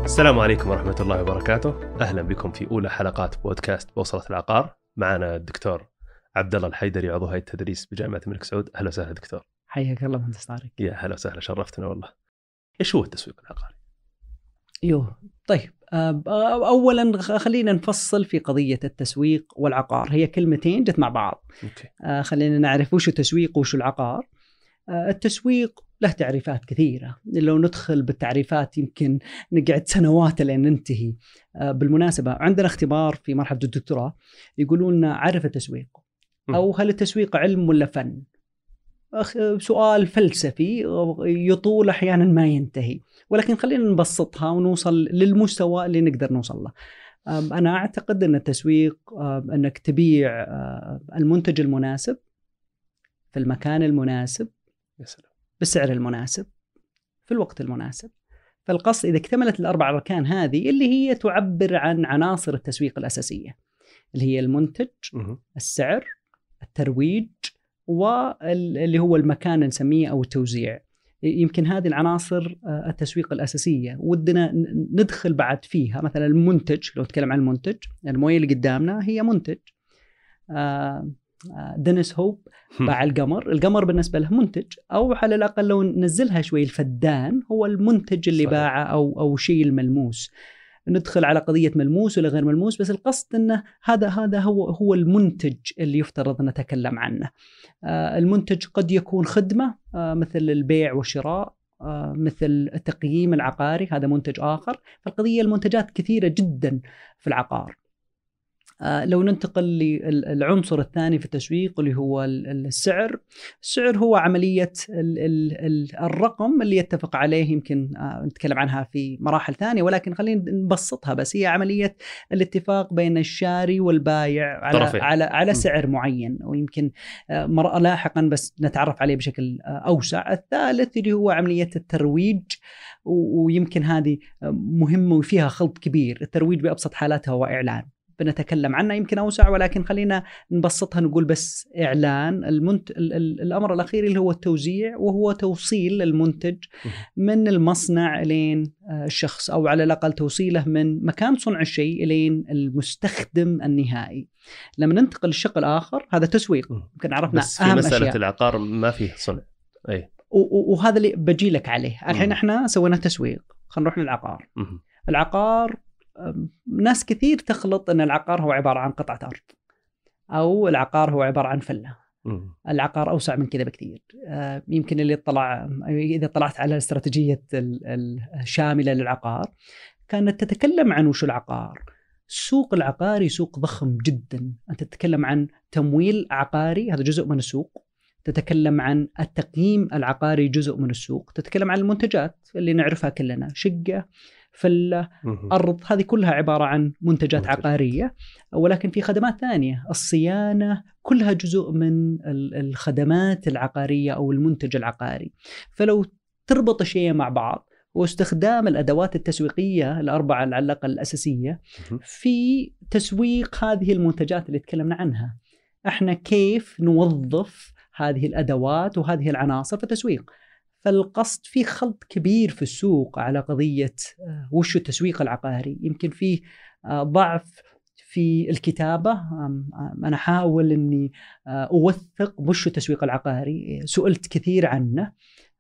السلام عليكم ورحمة الله وبركاته. أهلا بكم في أولى حلقات بودكاست بوصلة العقار. معنا الدكتور عبد الله الحيدري، عضو هيئة التدريس بجامعة الملك سعود. أهلا وسهلا دكتور. حياك الله مهندس طارق. يا هلا وسهلا، شرفتنا والله. إيش هو التسويق العقاري؟ طيب، أولا خلينا نفصل في قضية التسويق والعقار. هي كلمتين جت مع بعض. خلينا نعرف وش التسويق وش العقار. التسويق له تعريفات كثيرة، لو ندخل بالتعريفات يمكن نقعد سنوات لين ننتهي. بالمناسبة عندنا اختبار في مرحلة الدكتوراه يقولون لنا عرف التسويق، أو هل التسويق علم ولا فن؟ سؤال فلسفي يطول أحيانا ما ينتهي، ولكن خلينا نبسطها ونوصل للمستوى اللي نقدر نوصل له. أنا أعتقد أن التسويق أنك تبيع المنتج المناسب في المكان المناسب بالسعر المناسب في الوقت المناسب. فالقصد إذا اكتملت الأربع أركان هذه اللي هي تعبر عن عناصر التسويق الأساسية، اللي هي المنتج، السعر، الترويج، واللي هو المكان نسميه أو التوزيع. يمكن هذه العناصر التسويق الأساسية. ودنا ندخل بعد فيها مثلا المنتج. لو نتكلم عن المنتج، الموية اللي قدامنا هي منتج. دينيس هوب باع القمر بالنسبة له منتج، أو على الأقل لو ننزلها شوي الفدان هو المنتج اللي باعه أو شيء الملموس. ندخل على قضية ملموس ولا غير ملموس، بس القصد أنه هذا هو المنتج اللي يفترض نتكلم عنه. المنتج قد يكون خدمة مثل البيع والشراء، مثل التقييم العقاري، هذا منتج آخر. فالقضية المنتجات كثيرة جدا في العقار. لو ننتقل للعنصر الثاني في التسويق اللي هو السعر هو عملية الرقم اللي يتفق عليه. يمكن نتكلم عنها في مراحل ثانية، ولكن خلينا نبسطها. بس هي عملية الاتفاق بين الشاري والبائع على سعر معين، ويمكن لاحقا بس نتعرف عليه بشكل أوسع. الثالث اللي هو عملية الترويج، ويمكن هذه مهمة وفيها خلط كبير. الترويج بأبسط حالاتها هو إعلان، بنتكلم عنه يمكن أوسع، ولكن خلينا نبسطها نقول بس إعلان. الأمر الأخير اللي هو التوزيع، وهو توصيل المنتج من المصنع إلين الشخص، أو على الأقل توصيله من مكان صنع الشيء إلين المستخدم النهائي. لما ننتقل للشق الآخر هذا تسويق. يمكن عرفنا بس في مسألة أشياء. العقار ما فيه صنع، وهذا اللي بجي لك عليه. الحين احنا سوينا تسويق، خلينا نروح للعقار. العقار ناس كثير تخلط أن العقار هو عبارة عن قطعة أرض، أو العقار هو عبارة عن فلة. العقار أوسع من كذا بكثير. يمكن اللي إذا طلعت على الاستراتيجية الشاملة للعقار كانت تتكلم عن وش العقار. السوق العقاري سوق ضخم جدا. أنت تتكلم عن تمويل عقاري، هذا جزء من السوق. تتكلم عن التقييم العقاري، جزء من السوق. تتكلم عن المنتجات اللي نعرفها كلنا، شقة، فلة، أرض، هذه كلها عبارة عن منتجات عقارية. ولكن في خدمات ثانية، الصيانة، كلها جزء من الخدمات العقارية أو المنتج العقاري. فلو تربط الشيء مع بعض، واستخدام الأدوات التسويقية الأربعة على الأقل الأساسية في تسويق هذه المنتجات اللي تكلمنا عنها، احنا كيف نوظف هذه الأدوات وهذه العناصر في التسويق. فالقصد في خلط كبير في السوق على قضية وش التسويق العقاري. يمكن فيه ضعف في الكتابة. أنا حاول أني أوثق وش التسويق العقاري، سئلت كثير عنه.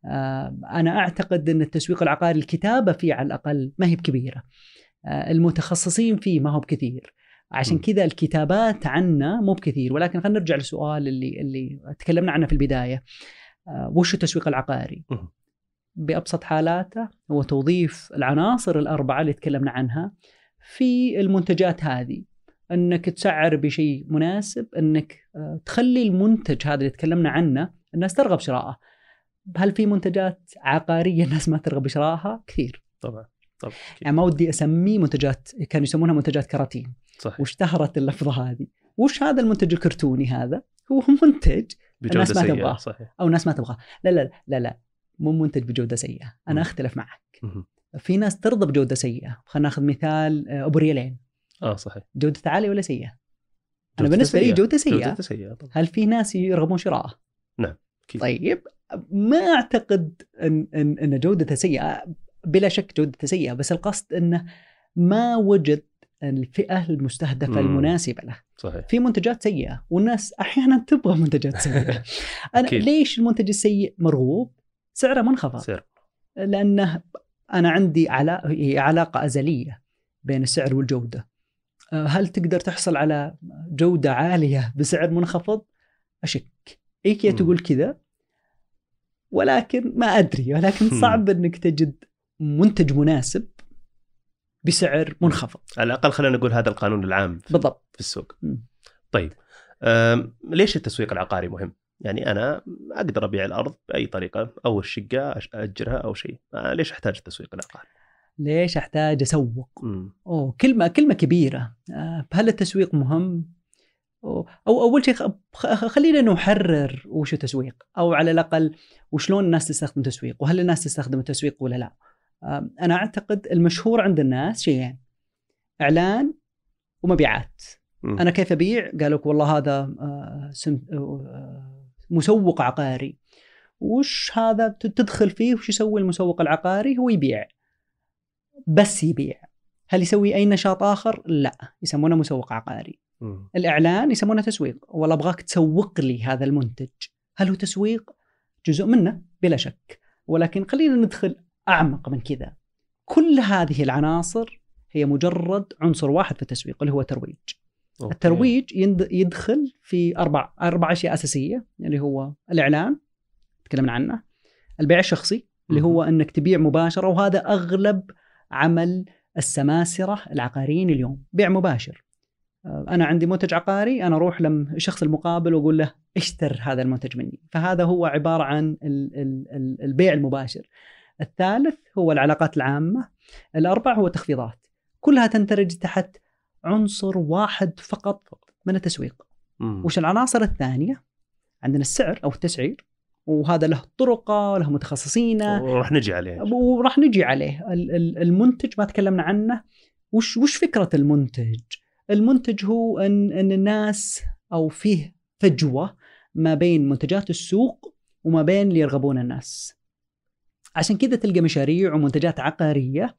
أنا أعتقد أن التسويق العقاري الكتابة فيه على الأقل ما هي بكبيرة، المتخصصين فيه ما هو بكثير، عشان كذا الكتابات عنه مو بكثير. ولكن خلينا نرجع للسؤال اللي تكلمنا عنه في البداية. وش التسويق العقاري؟ بأبسط حالاته هو توظيف العناصر الأربعة اللي تكلمنا عنها في المنتجات هذه. أنك تسعر بشيء مناسب، أنك تخلي المنتج هذا اللي تكلمنا عنه الناس ترغب شراءه. هل في منتجات عقارية الناس ما ترغب شراءها؟ كثير طبعا. يعني ما ودي أسمي منتجات، كانوا يسمونها منتجات كراتين. صحيح. واشتهرت اللفظة هذه. وش هذا المنتج الكرتوني؟ هذا هو منتج الناس ما تبغاه، أو الناس ما تبغاه. لا لا لا لا، مو منتج بجودة سيئة. أنا أختلف معك. في ناس ترضى بجودة سيئة. خلينا ناخذ مثال أبو ريالين. صحيح. جودة عالية ولا سيئة؟ أنا بالنسبة لي جودة سيئة. هل في ناس يرغبون شراءه؟ نعم. طيب ما أعتقد أن جودته سيئة. بلا شك جودته سيئة، بس القصد أنه ما وجد الفئة المستهدفة المناسبة له. صحيح. في منتجات سيئة والناس أحيانا تبغى منتجات سيئة. أنا ليش المنتج السيء مرغوب؟ سعره منخفض. لأنه أنا عندي علاقة أزلية بين السعر والجودة. هل تقدر تحصل على جودة عالية بسعر منخفض؟ أشك. إيكيا تقول كذا، ولكن ما أدري، ولكن صعب أنك تجد منتج مناسب بسعر منخفض. على الأقل خلينا نقول هذا القانون العام بالضبط في السوق. طيب ليش التسويق العقاري مهم؟ يعني أنا أقدر أبيع الأرض بأي طريقة، أو الشقة أجرها أو شيء، ليش أحتاج التسويق العقاري؟ ليش أحتاج أسوق؟ كلمة كبيرة. هل التسويق مهم؟ أو أول شيء خلينا نحرر وش التسويق، أو على الأقل وشلون الناس تستخدم تسويق، وهل الناس تستخدم التسويق ولا لا. أنا أعتقد المشهور عند الناس شيئين: إعلان ومبيعات. أنا كيف أبيع؟ قالوا والله هذا مسوق عقاري. وش هذا؟ تدخل فيه وش يسوي المسوق العقاري؟ هو يبيع، بس يبيع. هل يسوي أي نشاط آخر؟ لا، يسمونه مسوق عقاري. الإعلان يسمونه تسويق، والله أبغاك تسوق لي هذا المنتج. هل هو تسويق؟ جزء منه بلا شك، ولكن خلينا ندخل أعمق من كذا. كل هذه العناصر هي مجرد عنصر واحد في التسويق اللي هو الترويج. الترويج يدخل في أربع أشياء أساسية، اللي هو الإعلان تكلمنا عنه، البيع الشخصي اللي هو أنك تبيع مباشرة، وهذا أغلب عمل السماسرة العقاريين اليوم، بيع مباشر. أنا عندي منتج عقاري، أنا أروح للشخص المقابل وأقول له اشتر هذا المنتج مني، فهذا هو عبارة عن البيع المباشر. الثالث هو العلاقات العامة. الأربع هو التخفيضات. كلها تندرج تحت عنصر واحد فقط من التسويق. وش العناصر الثانية؟ عندنا السعر أو التسعير، وهذا له طرقه وله متخصصينه وراح نجي عليه. المنتج ما تكلمنا عنه. وش فكرة المنتج؟ المنتج هو أن الناس أو فيه فجوة ما بين منتجات السوق وما بين اللي يرغبون الناس. عشان كذا تلقى مشاريع ومنتجات عقارية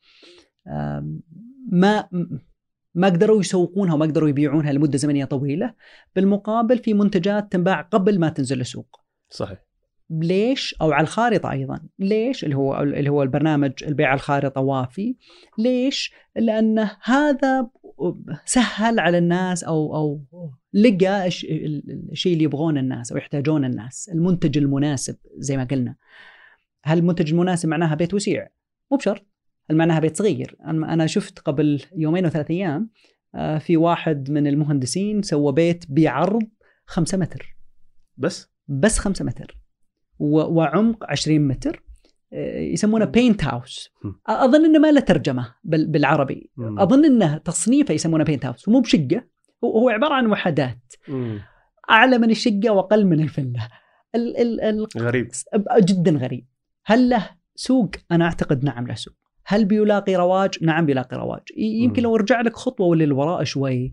ما قدروا يسوقونها وما قدروا يبيعونها لمدة زمنية طويلة، بالمقابل في منتجات تنباع قبل ما تنزل السوق. صحيح. ليش؟ أو على الخارطة أيضا. ليش؟ اللي هو البرنامج البيع على الخارطة وافي. ليش؟ لأن هذا سهل على الناس أو لقى الشيء اللي يبغون الناس أو يحتاجون الناس، المنتج المناسب. زي ما قلنا، هل المنتج المناسب معناها بيت وسيع؟ مو بشرط. هل معناها بيت صغير؟ أنا شفت قبل 2 أو 3 أيام في واحد من المهندسين سوى بيت بعرض 5 متر بس 5 متر وعمق 20 متر، يسمونه بينت هاوس. أظن إنه ما له ترجمة بالعربي. أظن إنه تصنيفه يسمونه بينت هاوس، ومو بشقة، هو عبارة عن وحدات، أعلى من الشقة وأقل من الفلة. غريب جدا غريب. هل له سوق؟ أنا أعتقد نعم له سوق. هل بيلاقي رواج؟ نعم بيلاقي رواج. يمكن لو رجع لك خطوة ولا للوراء شوي،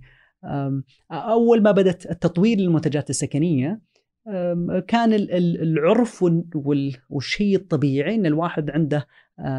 أول ما بدأت التطوير للمنتجات السكنية كان العرف والشيء الطبيعي إن الواحد عنده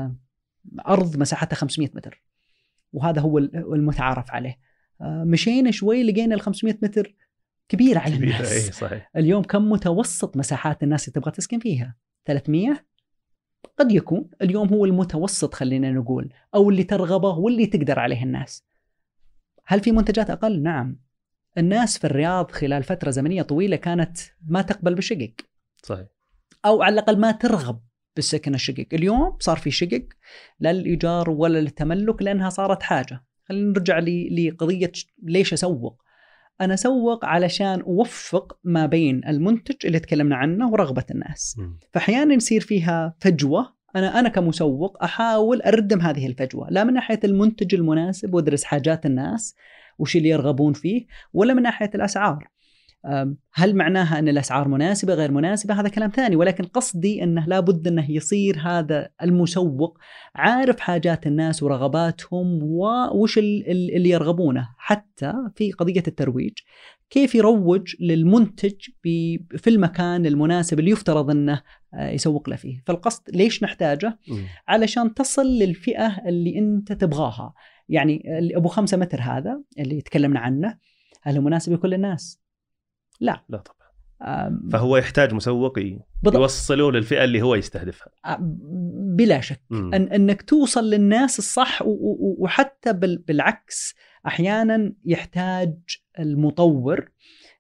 أرض مساحتها 500 متر، وهذا هو المتعارف عليه. مشينا شوي لقينا 500 متر كبيرة على الناس. صحيح. اليوم كم متوسط مساحات الناس اللي تبغى تسكن فيها؟ 300 قد يكون اليوم هو المتوسط، خلينا نقول، أو اللي ترغبه واللي تقدر عليه الناس. هل في منتجات أقل؟ نعم. الناس في الرياض خلال فترة زمنية طويلة كانت ما تقبل بالشقق، صحيح، أو على الأقل ما ترغب بالسكن الشقق. اليوم صار في شقق لا للإيجار ولا للتملك، لأنها صارت حاجة. خلينا نرجع لقضية ليش أسوق. أنا أسوق علشان أوفق ما بين المنتج اللي تكلمنا عنه ورغبة الناس. فأحيانا يصير فيها فجوة. أنا كمسوق أحاول أردم هذه الفجوة، لا من ناحية المنتج المناسب وأدرس حاجات الناس وش اللي يرغبون فيه، ولا من ناحية الأسعار. هل معناها أن الأسعار مناسبة غير مناسبة؟ هذا كلام ثاني، ولكن قصدي أنه لابد أنه يصير هذا المسوق عارف حاجات الناس ورغباتهم ووش اللي يرغبونه، حتى في قضية الترويج كيف يروج للمنتج في المكان المناسب اللي يفترض أنه يسوق له فيه. فالقصد ليش نحتاجه؟ علشان تصل للفئة اللي أنت تبغاها. يعني أبو 5 متر هذا اللي تكلمنا عنه، هل هو مناسب لكل الناس؟ لا طبعا. فهو يحتاج مسوق يوصله للفئة اللي هو يستهدفها بلا شك. أنك توصل للناس الصح، وحتى بالعكس أحيانا يحتاج المطور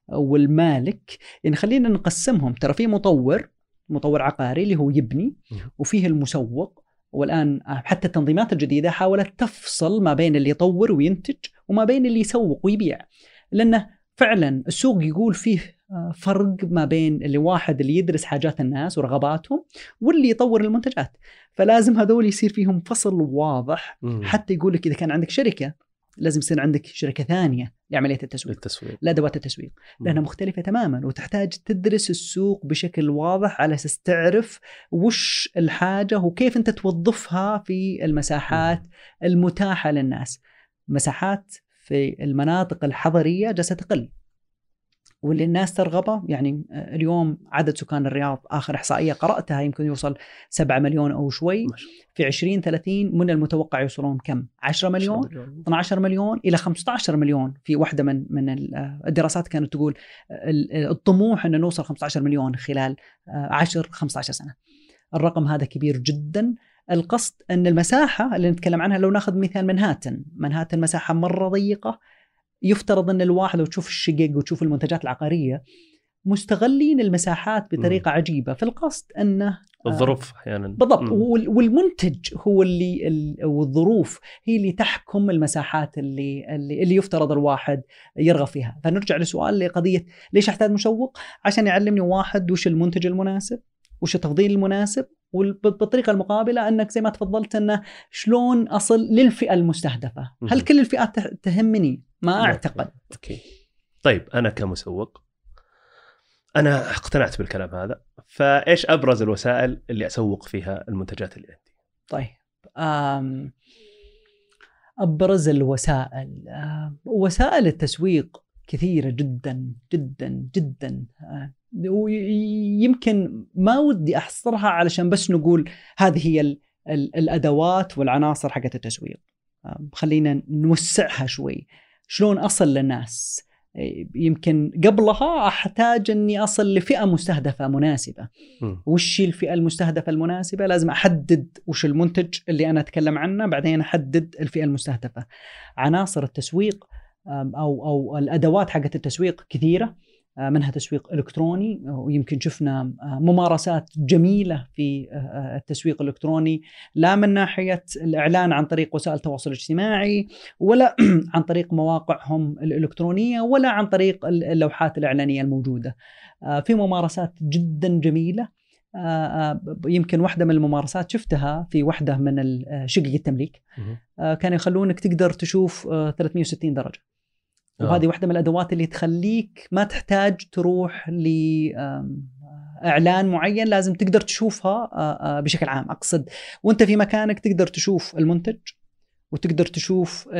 والمالك. يعني خلينا نقسمهم، ترى في مطور عقاري اللي هو يبني، وفيه المسوق. والآن حتى التنظيمات الجديدة حاولت تفصل ما بين اللي يطور وينتج وما بين اللي يسوق ويبيع، لأنه فعلا السوق يقول فيه فرق ما بين اللي واحد اللي يدرس حاجات الناس ورغباتهم واللي يطور المنتجات. فلازم هذول يصير فيهم فصل واضح. حتى يقول لك إذا كان عندك شركة لازم يصير عندك شركة ثانية لعملية التسويق، لأدوات التسويق، لأنها مختلفة تماما، وتحتاج تدرس السوق بشكل واضح على أساس تعرف وش الحاجة وكيف أنت توظفها في المساحات المتاحة للناس. مساحات في المناطق الحضرية جالسة تقل، واللي الناس ترغبه. يعني اليوم عدد سكان الرياض آخر إحصائية قرأتها يمكن يوصل 7 مليون أو شوي. في 2030 من المتوقع يوصلون كم؟ 10 مليون 12 مليون إلى 15 مليون. في واحدة من الدراسات كانت تقول الطموح أن نوصل 15 مليون خلال 10-15 سنة. الرقم هذا كبير جدا. القصد أن المساحة اللي نتكلم عنها، لو ناخذ مثال منهاتن مساحة مرة ضيقة، يفترض أن الواحد وتشوف الشقق وتشوف المنتجات العقارية مستغلين المساحات بطريقة عجيبة. في القصد أنه الظروف أحيانا بالضبط، والمنتج هو والظروف هي اللي تحكم المساحات اللي يفترض الواحد يرغب فيها. فنرجع لسؤال لقضية ليش أحتاج مسوق؟ عشان يعلمني واحد وش المنتج المناسب، وش التفضيل المناسب، وبالطريقة المقابلة أنك زي ما تفضلت أنه شلون أصل للفئة المستهدفة. هل كل الفئات تهمني؟ ما أعتقد. أوكي. طيب أنا كمسوق أنا اقتنعت بالكلام هذا، فإيش أبرز الوسائل اللي أسوق فيها المنتجات اللي عندي؟ طيب أبرز الوسائل، وسائل التسويق كثيرة جدا جدا جدا، ويمكن ما ودي أحصرها علشان بس نقول هذه هي الأدوات والعناصر حقت التسويق. خلينا نوسعها شوي. شلون أصل للناس؟ يمكن قبلها أحتاج أني أصل لفئة مستهدفة مناسبة. وش الفئة المستهدفة المناسبة؟ لازم أحدد وش المنتج اللي أنا أتكلم عنه، بعدين أحدد الفئة المستهدفة. عناصر التسويق أو الأدوات حقت التسويق كثيرة، منها تسويق إلكتروني، ويمكن شفنا ممارسات جميلة في التسويق الإلكتروني، لا من ناحية الإعلان عن طريق وسائل التواصل الاجتماعي، ولا عن طريق مواقعهم الإلكترونية، ولا عن طريق اللوحات الإعلانية الموجودة. في ممارسات جدا جميلة. يمكن واحدة من الممارسات شفتها في واحدة من شقق التمليك، كانوا يخلونك تقدر تشوف 360 درجة. وهذه واحدة من الأدوات اللي تخليك ما تحتاج تروح لإعلان معين، لازم تقدر تشوفها بشكل عام. أقصد وانت في مكانك تقدر تشوف المنتج وتقدر تشوف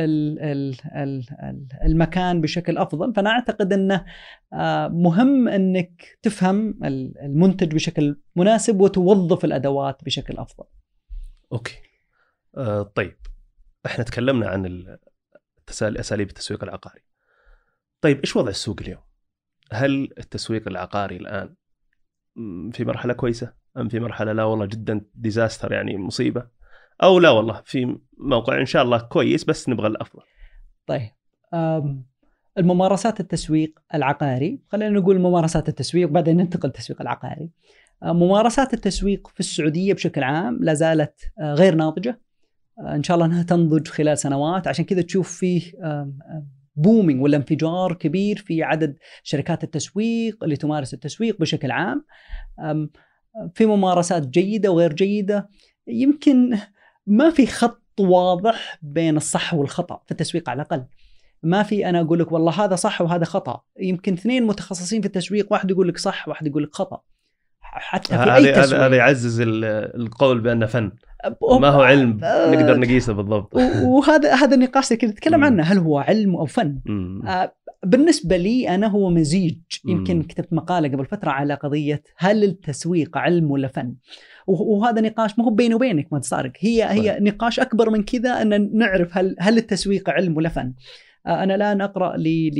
المكان بشكل أفضل. فأنا أعتقد أنه مهم أنك تفهم المنتج بشكل مناسب وتوظف الأدوات بشكل أفضل. أوكي. طيب احنا تكلمنا عن أساليب التسويق العقاري. طيب إيش وضع السوق اليوم؟ هل التسويق العقاري الآن في مرحلة كويسة أم في مرحلة لا والله جدا ديزاستر، يعني مصيبة، أو لا والله في موقع إن شاء الله كويس بس نبغى الأفضل؟ طيب الممارسات التسويق العقاري، خلينا نقول ممارسات التسويق بعدين ننتقل للتسويق العقاري. ممارسات التسويق في السعودية بشكل عام لا زالت غير ناضجة. إن شاء الله أنها تنضج خلال سنوات. عشان كذا تشوف فيه بومينج ولا انفجار كبير في عدد شركات التسويق اللي تمارس التسويق بشكل عام. في ممارسات جيدة وغير جيدة. يمكن ما في خط واضح بين الصح والخطأ في التسويق على الأقل. ما في أنا أقول لك والله هذا صح وهذا خطأ. يمكن اثنين متخصصين في التسويق، واحد يقول لك صح واحد يقول لك خطأ. حتى في أي تسويق هذا يعزز القول بأنه فن، ما هو علم نقدر نقيسه بالضبط. وهذا النقاش اللي نتكلم عنه، هل هو علم أو فن؟ بالنسبة لي أنا هو مزيج. يمكن كتبت مقالة قبل فترة على قضية هل التسويق علم ولا فن، وهذا نقاش ما هو بيني وبينك ما تصارق، هي نقاش أكبر من كذا، أن نعرف هل التسويق علم ولا فن. أنا الآن أقرأ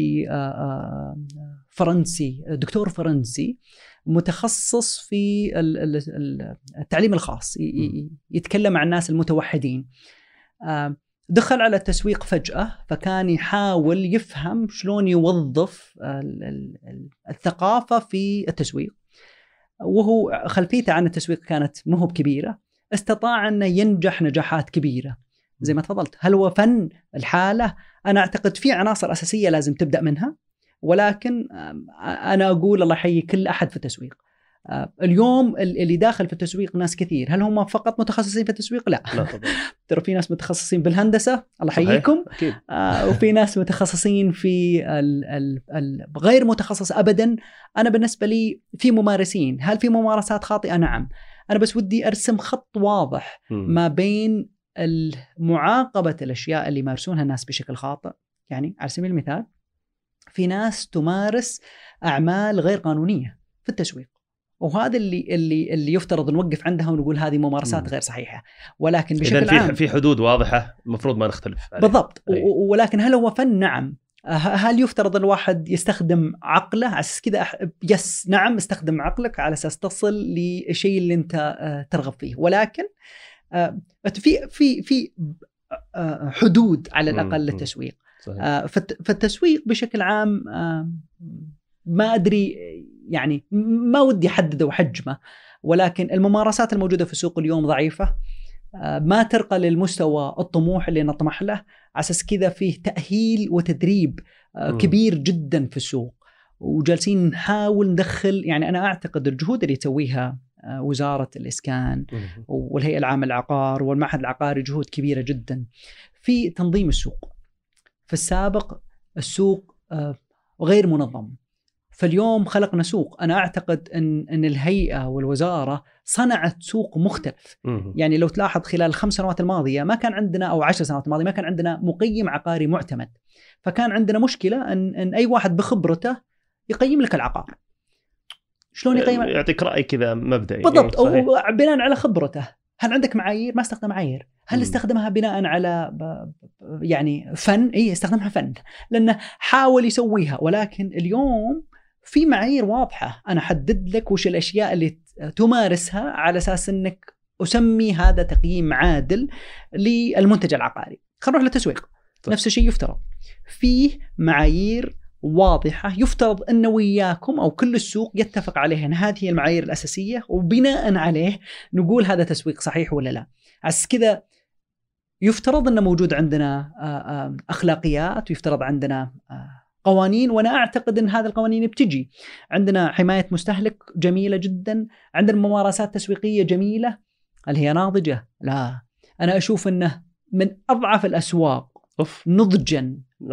فرنسي، دكتور فرنسي متخصص في التعليم الخاص، يتكلم عن الناس المتوحدين. دخل على التسويق فجأة، فكان يحاول يفهم شلون يوظف الثقافة في التسويق، وهو خلفيته عن التسويق كانت مهو كبيرة، استطاع أن ينجح نجاحات كبيرة. زي ما تفضلت، هل هو فن الحالة؟ أنا أعتقد في عناصر أساسية لازم تبدأ منها، ولكن أنا أقول الله يحيي كل أحد في التسويق. اليوم اللي داخل في التسويق ناس كثير، هل هم فقط متخصصين في التسويق؟ لا ترى في ناس متخصصين بالهندسة، الله يحييكم، وفي ناس متخصصين في غير متخصص أبدا. أنا بالنسبة لي في ممارسين، هل في ممارسات خاطئة؟ نعم. أنا بس ودي أرسم خط واضح ما بين معاقبة الأشياء اللي يمارسونها الناس بشكل خاطئ. يعني على سبيل المثال في ناس تمارس أعمال غير قانونية في التسويق، وهذا اللي يفترض نوقف عندها ونقول هذه ممارسات غير صحيحة، ولكن بشكل عام في حدود واضحة المفروض ما نختلف عليها. بالضبط. ولكن هل هو فن؟ نعم. هل يفترض الواحد يستخدم عقله على أساس كذا؟ يس نعم، استخدم عقلك على أساس تصل لشيء اللي أنت ترغب فيه، ولكن في حدود على الأقل للتسويق. فالتسويق بشكل عام ما أدري، يعني ما ودي أحدده حجمه، ولكن الممارسات الموجودة في السوق اليوم ضعيفة، ما ترقى للمستوى الطموح اللي نطمح له. على أساس كذا فيه تأهيل وتدريب كبير جدا في السوق، وجالسين نحاول ندخل. يعني أنا أعتقد الجهود اللي تسويها وزارة الإسكان والهيئة العامة للعقار والمعهد العقاري جهود كبيرة جدا في تنظيم السوق. في السابق السوق غير منظم، فاليوم خلقنا سوق. أنا أعتقد أن الهيئة والوزارة صنعت سوق مختلف. يعني لو تلاحظ خلال 5 سنوات الماضية ما كان عندنا، أو 10 سنوات الماضية ما كان عندنا مقيم عقاري معتمد، فكان عندنا مشكلة أن أي واحد بخبرته يقيم لك العقار. شلون يقيم؟ يعطيك رأي كذا مبدئي بالضبط، أو بناء على خبرته. هل عندك معايير؟ ما استخدم معايير. هل استخدمها بناء على يعني فن؟ استخدمها فن لأنه حاول يسويها. ولكن اليوم في معايير واضحة، أنا حدد لك وش الأشياء اللي تمارسها على أساس أنك أسمي هذا تقييم عادل للمنتج العقاري. خلينا نروح للتسويق. نفس الشيء يفترض فيه معايير واضحة، يفترض أن وياكم أو كل السوق يتفق عليها أن هذه هي المعايير الأساسية، وبناء عليه نقول هذا تسويق صحيح ولا لا. عس كذا يفترض أن موجود عندنا أخلاقيات، ويفترض عندنا قوانين، وأنا أعتقد أن هذه القوانين بتجي عندنا. حماية مستهلك جميلة جدا، عندنا ممارسات تسويقية جميلة. هل هي ناضجة؟ لا، أنا أشوف أنه من أضعف الأسواق نضجا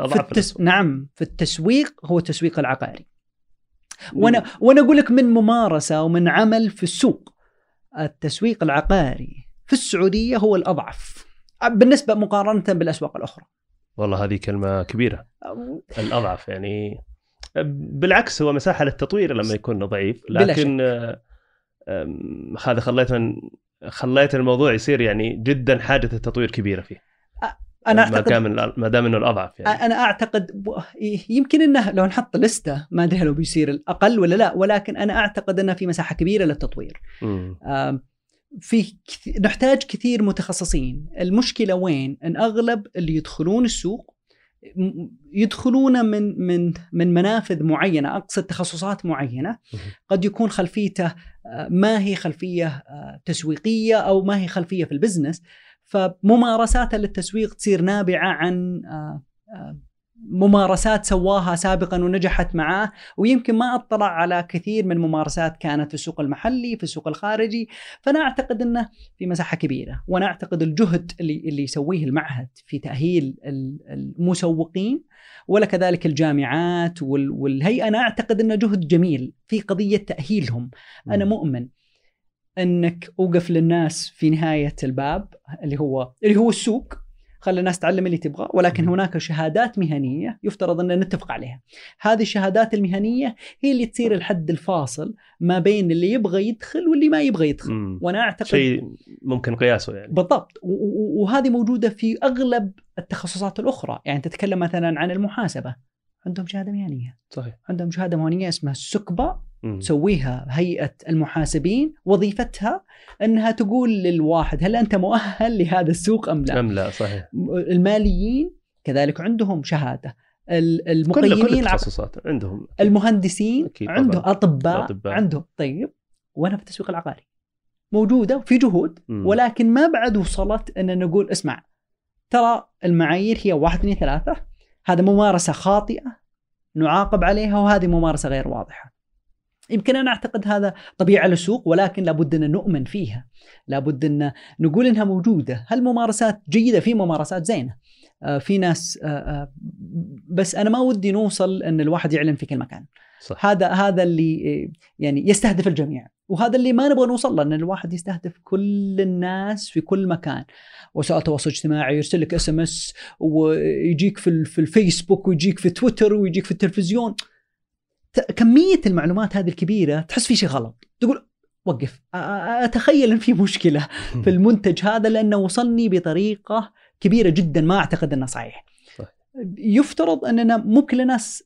نعم في التسويق هو التسويق العقاري. وأنا أقول لك من ممارسة ومن عمل في السوق، التسويق العقاري في السعودية هو الأضعف بالنسبة مقارنة بالأسواق الأخرى. والله هذه كلمة كبيرة، الأضعف. يعني بالعكس هو مساحة للتطوير لما يكون ضعيف، لكن هذا خليت الموضوع يصير يعني جدا حاجة التطوير كبيرة فيه. أنا أعتقد ما دام إنه الأضعف. يعني أنا أعتقد يمكن إنه لو نحط لستة ما أدري لو بيصير الأقل ولا لا، ولكن أنا أعتقد إنه في مساحة كبيرة للتطوير. نحتاج كثير متخصصين. المشكلة وين؟ أن أغلب اللي يدخلون السوق يدخلون من منافذ معينة، أقصد تخصصات معينة، قد يكون خلفيته ما هي خلفية تسويقية أو ما هي خلفية في البزنس، فممارساته للتسويق تصير نابعة عن ممارسات سواها سابقا ونجحت معاه، ويمكن ما اطلع على كثير من ممارسات كانت في السوق المحلي في السوق الخارجي. فانا اعتقد انه في مساحه كبيره، وانا اعتقد الجهد اللي يسويه المعهد في تاهيل المسوقين ولا كذلك الجامعات والهيئه، انا اعتقد انه جهد جميل في قضيه تاهيلهم. انا مؤمن انك اوقف للناس في نهايه الباب اللي هو السوق، خلي الناس تعلم اللي تبغى، ولكن هناك شهادات مهنيه يفترض ان نتفق عليها. هذه الشهادات المهنيه هي اللي تصير الحد الفاصل ما بين اللي يبغى يدخل واللي ما يبغى يدخل. وانا اعتقد شيء ممكن قياسه يعني. بالضبط. وهذه موجوده في اغلب التخصصات الاخرى. يعني تتكلم مثلا عن المحاسبه، عندهم شهاده مهنيه. صحيح. عندهم شهاده مهنيه اسمها السكبا، تسويها هيئة المحاسبين، وظيفتها أنها تقول للواحد هل أنت مؤهل لهذا السوق أم لا. أم لا. صحيح. الماليين كذلك عندهم شهادة، المقيمين كل التخصصات عندهم، المهندسين عندهم، أطباء عندهم. طيب وأنا في التسويق العقاري موجودة في جهود، ولكن ما بعد وصلت أن نقول اسمع ترى المعايير هي 1 2 3، هذا ممارسة خاطئة نعاقب عليها، وهذه ممارسة غير واضحة. يمكن أنا أعتقد هذا طبيعة للسوق، ولكن لابد أن نؤمن فيها، لابد أن نقول إنها موجودة. هل ممارسات جيدة؟ في ممارسات زينة، في ناس، بس أنا ما ودي نوصل أن الواحد يعلن في كل مكان. صح. هذا اللي يعني يستهدف الجميع، وهذا اللي ما نبغى نوصل له، أن الواحد يستهدف كل الناس في كل مكان، وسائل التواصل الاجتماعي، يرسل لك SMS، ويجيك في الفيسبوك، ويجيك في تويتر، ويجيك في التلفزيون. كمية المعلومات هذه الكبيرة تحس في شيء غلط، تقول وقف، أتخيل أن في مشكلة في المنتج هذا، لأنه وصلني بطريقة كبيرة جدا ما أعتقد أنه صحيح. يفترض أننا مو كل الناس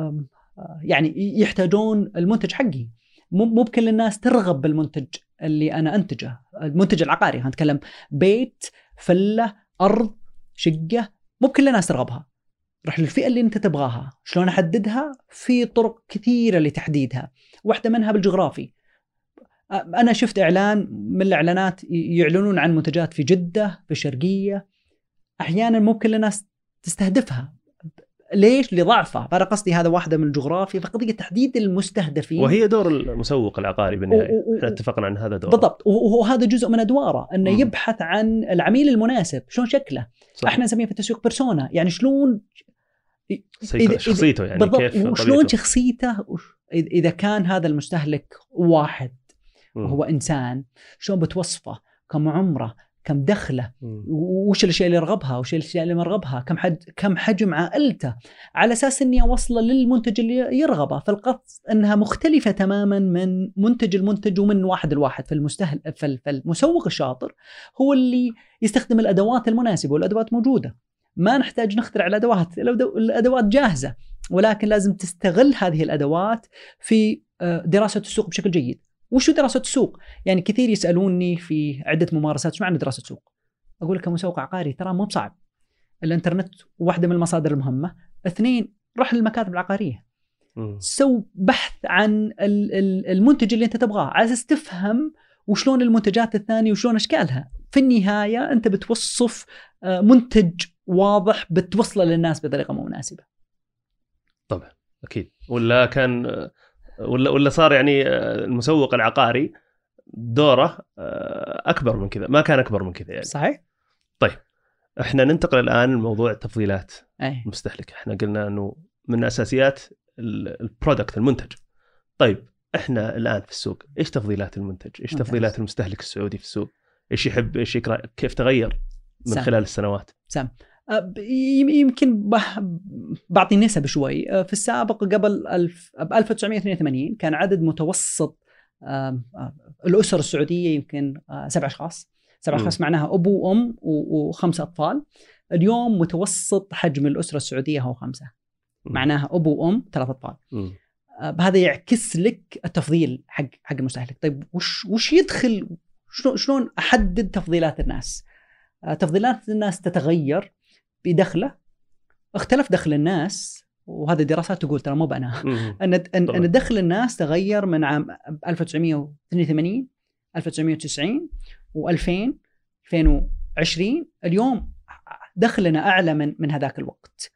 يعني يحتاجون المنتج حقي، مو بكل الناس ترغب بالمنتج اللي أنا أنتجه. المنتج العقاري هنتكلم بيت، فلة، أرض، شقة، مو بكل الناس ترغبها. رح للفئة اللي أنت تبغاها. شلون أحددها؟ في طرق كثيرة لتحديدها، واحدة منها بالجغرافي. أنا شفت إعلان من الإعلانات يعلنون عن منتجات في جدة، في الشرقية، أحيانا مو كل الناس تستهدفها. ليش؟ لضعفها. فأنا قصدي هذا واحدة من الجغرافيا، فقضية تحديد المستهدفين، وهي دور المسوق العقاري بالنهاية. احنا اتفقنا عن هذا دور بالضبط، وهذا جزء من أدواره، أنه يبحث عن العميل المناسب. شلون شكله؟ صح. احنا نسميه في التسويق بيرسونا، يعني شلون شخصيته، يعني بالضبط. كيف وشلون شخصيته. إذا كان هذا المستهلك واحد وهو إنسان، شلون بتوصفه؟ كم عمره؟ كم دخله؟ وش الأشياء اللي يرغبها؟ وش الأشياء اللي ما يرغبها؟ كم حجم عائلته؟ على أساس إني أوصله للمنتج اللي يرغبه. فالقصد أنها مختلفة تماما من منتج ومن واحد الواحد. فالمسوق الشاطر هو اللي يستخدم الأدوات المناسبة، والأدوات موجودة، ما نحتاج نخترع الأدوات جاهزة، ولكن لازم تستغل هذه الأدوات في دراسة السوق بشكل جيد. وشو دراسة السوق؟ يعني كثير يسألوني في عدة ممارسات شو معنى دراسة سوق؟ أقول لك كمسوق عقاري ترى مو بصعب. الإنترنت واحدة من المصادر المهمة. 2، روح للمكاتب العقارية، سو بحث عن المنتج اللي أنت تبغاه، على أساس تفهم وشلون المنتجات الثانية وشلون أشكالها. في النهاية أنت بتوصف منتج واضح بتوصله للناس بطريقة مناسبة. طبعا أكيد. ولا صار يعني المسوق العقاري دوره أكبر من كذا، ما كان أكبر من كذا يعني. صحيح. طيب احنا ننتقل الآن لموضوع تفضيلات المستهلك. احنا قلنا أنه من أساسيات البرودكت المنتج. طيب احنا الآن في السوق ايش تفضيلات المنتج؟ ايش تفضيلات المستهلك السعودي في السوق؟ ايش يحب، ايش يكره، كيف تغير من خلال السنوات؟ يمكن بعطي نسب شوي. في السابق قبل 1982 كان عدد متوسط الأسر السعودية يمكن 7 أشخاص. 7 أشخاص معناها أبو وأم و5 أطفال. اليوم متوسط حجم الأسرة السعودية هو 5، معناها أبو وأم 3 أطفال. هذا يعكس لك التفضيل حق المستهلك. طيب وش يدخل؟ شلون أحدد تفضيلات الناس؟ تفضيلات الناس تتغير بدخله. اختلف دخل الناس، وهذه الدراسات تقول ترى مو بأنا أن دخل الناس تغير من عام 1982 1990 و2000 2020. اليوم دخلنا أعلى من هذاك الوقت،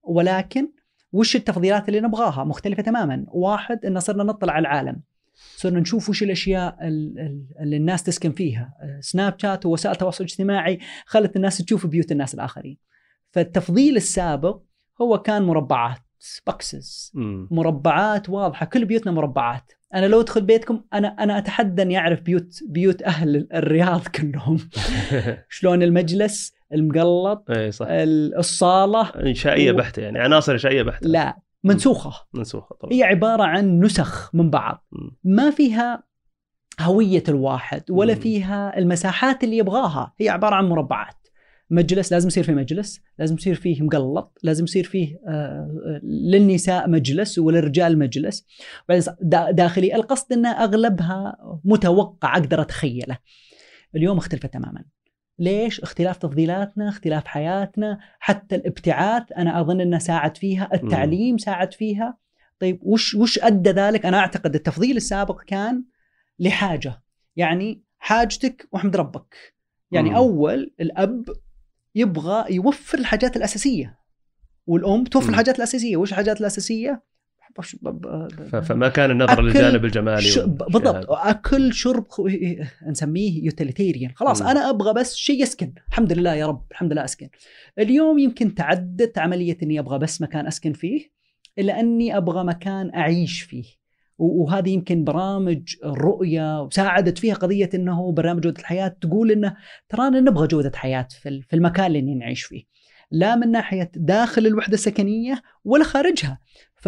ولكن وش التفضيلات اللي نبغاها مختلفة تماما. واحد إن صرنا نطلع على العالم، صرنا نشوف وش الأشياء اللي الناس تسكن فيها. سناب شات ووسائل التواصل الاجتماعي خلت الناس تشوف بيوت الناس الآخرين. فالتفضيل السابق هو كان مربعات، بوكسز، مربعات واضحة، كل بيوتنا مربعات. أنا لو أدخل بيتكم أنا أتحدى أن يعرف بيوت أهل الرياض كلهم شلون المجلس المقلط، الصالة إنشائية بحتة، يعني عناصر إنشائية بحتة. لا، منسوخة طبعا. هي عبارة عن نسخ من بعض، ما فيها هوية الواحد ولا فيها المساحات اللي يبغاها. هي عبارة عن مربعات. مجلس لازم يصير فيه مجلس، لازم يصير فيه مقلط، لازم يصير فيه للنساء مجلس وللرجال مجلس. داخلي القصد أن أغلبها متوقع أقدر أتخيله. اليوم اختلفت تماما. ليش؟ اختلاف تفضيلاتنا، اختلاف حياتنا، حتى الابتعاث أنا أظن أنه ساعد فيها، التعليم ساعد فيها. طيب وش أدى ذلك؟ أنا أعتقد التفضيل السابق كان لحاجة، يعني حاجتك وحمد ربك. يعني أول الأب يبغى يوفر الحاجات الأساسية، والأم توفر الحاجات الأساسية. وش الحاجات الأساسية؟ فما كان النظر للجانب الجمالي بالضبط. أكل شرب نسميه يوتيليتيريان. خلاص أنا أبغى بس شيء يسكن، الحمد لله يا رب، الحمد لله أسكن. اليوم يمكن تعدت عملية إني أبغى بس مكان أسكن فيه، إلا أني أبغى مكان أعيش فيه. وهذه يمكن برامج الرؤية وساعدت فيها قضية إنه برنامج جودة الحياة تقول إنه ترانا نبغى جودة حياة في المكان اللي نعيش فيه، لا من ناحية داخل الوحدة السكنية ولا خارجها.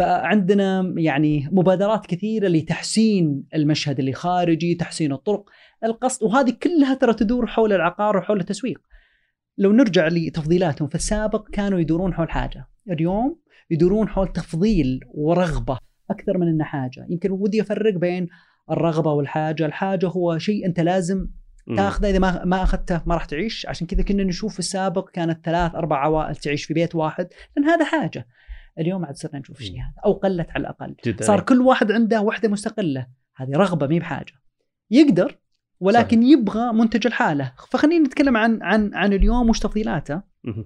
فعندنا يعني مبادرات كثيرة لتحسين المشهد اللي خارجي، تحسين الطرق، القصد. وهذه كلها ترى تدور حول العقار وحول التسويق. لو نرجع لتفضيلاتهم في السابق كانوا يدورون حول حاجة، اليوم يدورون حول تفضيل ورغبة أكثر من إنه حاجة. يمكن ودي أفرق بين الرغبة والحاجة. الحاجة هو شيء أنت لازم تأخذه، إذا ما أخذته ما راح تعيش. عشان كذا كنا نشوف في السابق كانت 3-4 عوائل تعيش في بيت واحد، لأن هذا حاجة. اليوم عاد صرنا نشوف الشيء هذا، أو قلت على الأقل. صار كل واحد عنده وحدة مستقلة. هذه رغبة مي بحاجة. يقدر ولكن صحيح. يبغى منتج الحالة. فخلينا نتكلم عن اليوم وش تفضيلاته.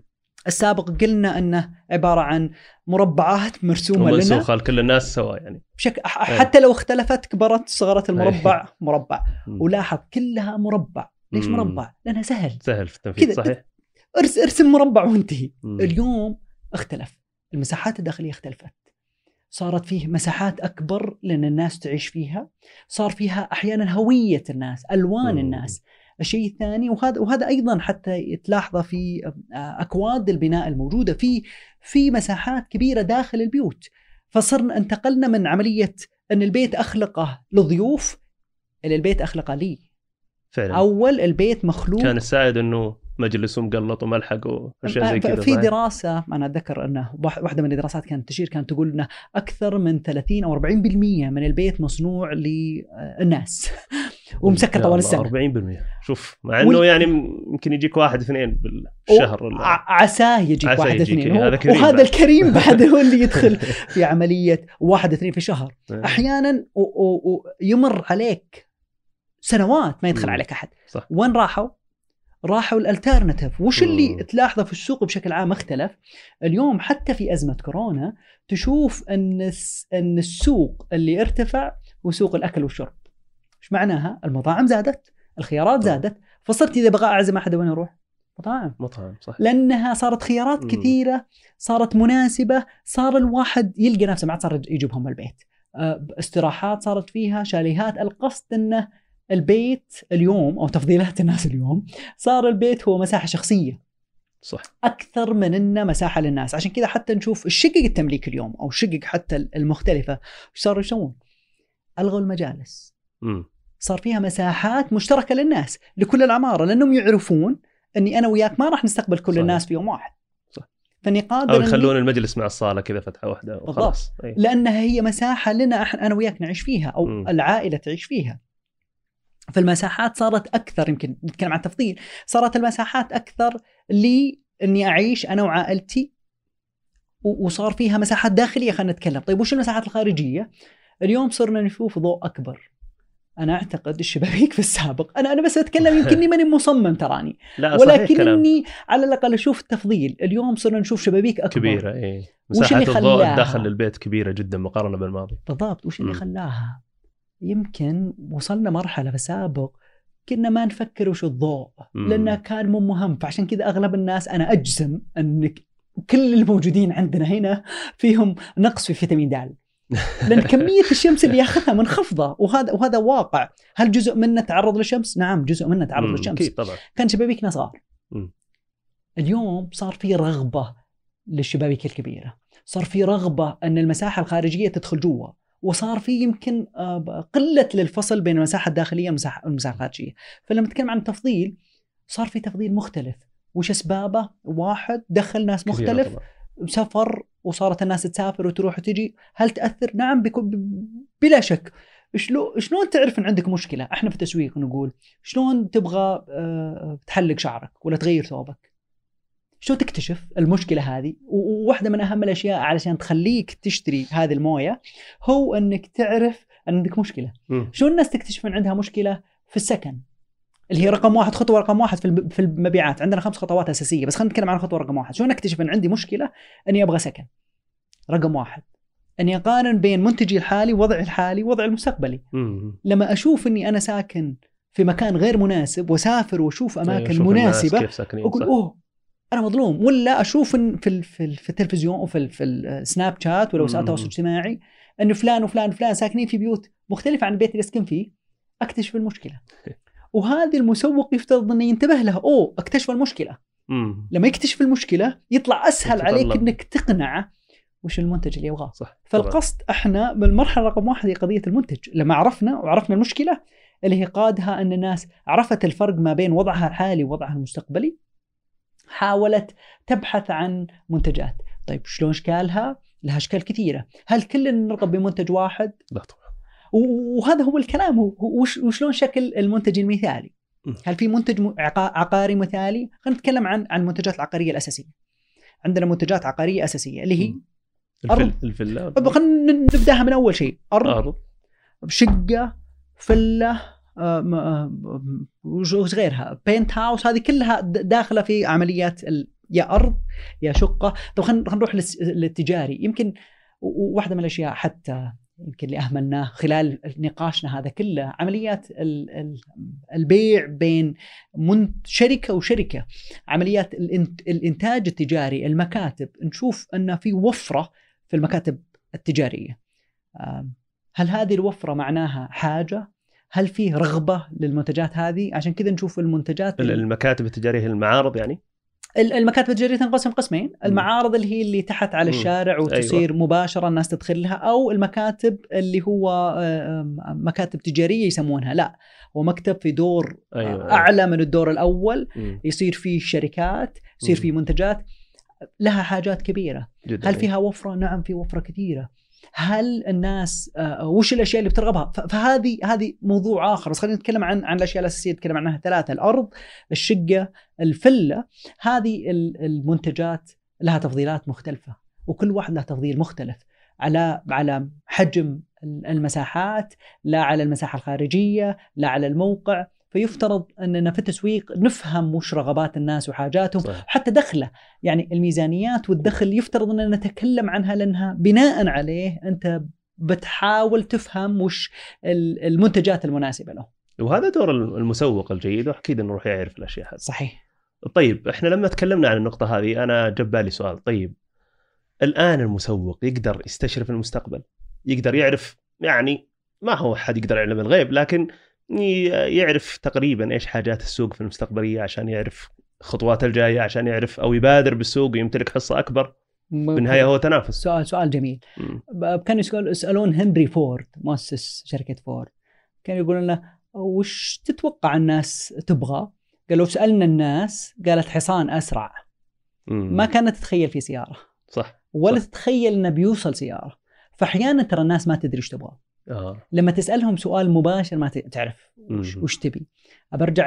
السابق قلنا أنه عبارة عن مربعات مرسومة لنا ومنسوخة لكل الناس سوا، يعني حتى لو اختلفت كبرت صغرت المربع مربع. ولاحظ كلها مربع. ليش مربع؟ لأنها سهل في التنفيذ. صحيح، ارسم مربع وانتهي. اليوم اختلف، المساحات الداخلية اختلفت، صارت فيه مساحات أكبر لأن الناس تعيش فيها، صار فيها أحيانا هوية الناس، ألوان الناس. الشيء الثاني وهذا أيضا حتى تلاحظه في أكواد البناء الموجودة في مساحات كبيرة داخل البيوت. فصرنا انتقلنا من عملية أن البيت أخلقه للضيوف إلى البيت أخلقه لي فعلا. أول البيت مخلوق، كان السائد أنه مجلس مقلط وملحق وأشياء زي كذا. في دراسة أنا أتذكر أنه واحدة من الدراسات كانت تشير، كانت تقول أنه أكثر من 30 أو 40% من البيت مصنوع للناس ومسكر طوال السنة. 40%. شوف، مع أنه يعني يمكن يجيك 1-2 بالشهر، عساه يجيك 1-2. وهذا الكريم بعد هو اللي يدخل في عملية 1-2 في الشهر. أحيانا يمر عليك سنوات ما يدخل عليك أحد. صح. وين راحوا الالترناتيف. وش اللي تلاحظه في السوق بشكل عام اختلف اليوم؟ حتى في أزمة كورونا تشوف أن السوق اللي ارتفع هو سوق الأكل والشرب. إيش معناها؟ المطاعم زادت، الخيارات زادت، فصرت إذا بغى أعزم أحد وين أروح؟ مطاعم. صح. لأنها صارت خيارات كثيرة، صارت مناسبة، صار الواحد يلقى نفسه، ما عاد صار يجيبهم البيت. استراحات صارت فيها، شاليهات. القصد أنه البيت اليوم أو تفضيلات الناس اليوم صار البيت هو مساحة شخصية. صح. أكثر من إنه مساحة للناس. عشان كذا حتى نشوف الشقق التمليك اليوم أو الشقق حتى المختلفة وش صاروا يسوون؟ ألغوا المجالس. صار فيها مساحات مشتركة للناس لكل العمارة، لأنهم يعرفون أني أنا وياك ما راح نستقبل كل الناس في يوم واحد. صح. فاني قادر أو يخلون المجلس مع الصالة كذا فتحة واحدة وخلاص. لأنها هي مساحة لنا أنا وياك نعيش فيها أو العائلة تعيش فيها. فالمساحات صارت أكثر. يمكن نتكلم عن تفضيل، صارت المساحات أكثر لي أني أعيش أنا وعائلتي، وصار فيها مساحات داخلية. خلينا نتكلم. طيب وش المساحات الخارجية؟ اليوم صرنا نشوف ضوء أكبر، انا اعتقد الشبابيك في السابق، انا بس اتكلم يمكنني ماني مصمم تراني، لا ولكنني على الاقل اشوف التفضيل. اليوم صرنا نشوف شبابيك اكبر كبيره، مساحه الضوء داخل البيت كبيره جدا مقارنه بالماضي. بالضبط. وش اللي خلاها؟ يمكن وصلنا مرحله في السابق كنا ما نفكر وش الضوء لانه كان مو مهم، فعشان كذا اغلب الناس انا اجزم ان كل الموجودين عندنا هنا فيهم نقص في فيتامين د، لأن كمية الشمس اللي ياخذها منخفضة، وهذا واقع. هل جزء منه تعرض للشمس؟ نعم، جزء منه تعرض للشمس. طبعا. كان شبابيكنا صغار. اليوم صار في رغبة للشبابيك الكبيرة، صار في رغبة أن المساحة الخارجية تدخل جوا، وصار في يمكن قلة للفصل بين المساحة الداخلية والمساحة الخارجية. فلما نتكلم عن تفضيل، صار في تفضيل مختلف. وش أسبابه؟ واحد، دخل ناس مختلف، سفر، وصارت الناس تسافر وتروح وتجي. هل تأثر؟ نعم، بلا شك. شلون تعرف ان عندك مشكلة؟ احنا في التسويق نقول شلون تبغى تحلق شعرك ولا تغير ثوبك؟ شلون تكتشف المشكلة هذه؟ وواحدة من اهم الاشياء علشان تخليك تشتري هذه الموية هو انك تعرف ان عندك مشكلة. شلون الناس تكتشف ان عندها مشكلة؟ في السكن، اللي هي رقم واحد، خطوة رقم واحد في المبيعات. عندنا 5 خطوات أساسية، بس خلينا نتكلم عن خطوة رقم واحد. شو نكتشف أن عندي مشكلة؟ أني أبغى سكن. رقم واحد، أني أقارن بين منتجي الحالي، وضعي الحالي، وضع المستقبلي. لما أشوف أني أنا ساكن في مكان غير مناسب وسافر وأشوف أماكن مناسبة، أقول أوه أنا مظلوم. ولا أشوف في التلفزيون وفي السناب شات ولا وسائل التواصل الاجتماعي أن فلان وفلان وفلان ساكنين في بيوت مختلفة عن البيت اللي أسكن فيه، أكتشف المشكلة. وهذا المسوق يفترض أنه ينتبه له. اكتشف المشكلة. لما يكتشف المشكلة يطلع أسهل عليك أنك تقنعه وش المنتج اللي يبغاه. فالقصد احنا بالمرحلة رقم 1 هي قضية المنتج. لما وعرفنا المشكلة اللي هي قادها أن الناس عرفت الفرق ما بين وضعها الحالي ووضعها المستقبلي، حاولت تبحث عن منتجات. طيب شلون أشكالها؟ لها أشكال كثيرة. هل كلنا نرغب بمنتج واحد؟ لا طبعا. وهذا هو الكلام. وشلون شكل المنتج المثالي؟ هل في منتج عقاري مثالي؟ خلينا نتكلم عن المنتجات العقارية الأساسية. عندنا منتجات عقارية أساسية اللي هي الفيلا. خلينا نبدأها من أول شيء. أرض، شقة، فيلا، وش غيرها، بينت هاوس. هذه كلها داخلة في عمليات يا أرض يا شقة. طب خلينا نروح للتجاري. يمكن واحدة من الأشياء حتى يمكن اللي أهملناه خلال نقاشنا هذا كله، عمليات البيع بين شركة وشركة، عمليات الإنتاج التجاري، المكاتب. نشوف أن في وفرة في المكاتب التجارية. هل هذه الوفرة معناها حاجة؟ هل فيه رغبة للمنتجات هذه؟ عشان كذا نشوف المنتجات المكاتب التجارية، المعارض. يعني المكاتب التجارية تنقسم قسمين. المعارض اللي هي اللي تحت على الشارع وتصير مباشرة الناس تدخلها، أو المكاتب اللي هو مكاتب تجارية يسمونها. لا، هو مكتب في دور أعلى من الدور الأول، يصير فيه شركات، يصير فيه منتجات لها حاجات كبيرة جدا. هل فيها وفرة؟ نعم، في وفرة كثيرة. هل الناس وش الأشياء اللي بترغبها؟ فهذه موضوع آخر. بس خلينا نتكلم عن الأشياء الأساسية نتكلم عنها 3: الأرض، الشقة، الفلة. هذه المنتجات لها تفضيلات مختلفة، وكل واحد له تفضيل مختلف على حجم المساحات، لا على المساحة الخارجية، لا على الموقع. فيفترض أننا في التسويق نفهم وش رغبات الناس وحاجاتهم. صحيح. حتى دخله، يعني الميزانيات والدخل يفترض أننا نتكلم عنها، لأنها بناء عليه أنت بتحاول تفهم وش المنتجات المناسبة له. وهذا دور المسوق الجيد، وأكيد أنه روح يعرف الأشياء هذه. صحيح. طيب إحنا لما تكلمنا عن النقطة هذه أنا جاب بالي سؤال. طيب الآن المسوق يقدر يستشرف المستقبل، يقدر يعرف، يعني ما هو حد يقدر يعلم الغيب، لكن يعرف تقريبا إيش حاجات السوق في المستقبلية عشان يعرف خطوات الجاية، عشان يعرف أو يبادر بالسوق ويمتلك حصة أكبر. بالنهاية هو تنافس. سؤال جميل. كانوا يسألون هنري فورد مؤسس شركة فورد، كانوا يقولون له وش تتوقع الناس تبغى؟ قالوا سألنا الناس، قالت حصان أسرع. ما كانت تتخيل في سيارة. صح. ولا صح. تتخيل إنه بيوصل سيارة. فأحيانا ترى الناس ما تدري إيش تبغى. لما تسألهم سؤال مباشر ما تعرف وش تبي. أبرجع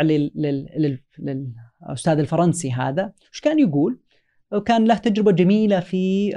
للأستاذ الفرنسي هذا، وش كان يقول؟ كان له تجربة جميلة في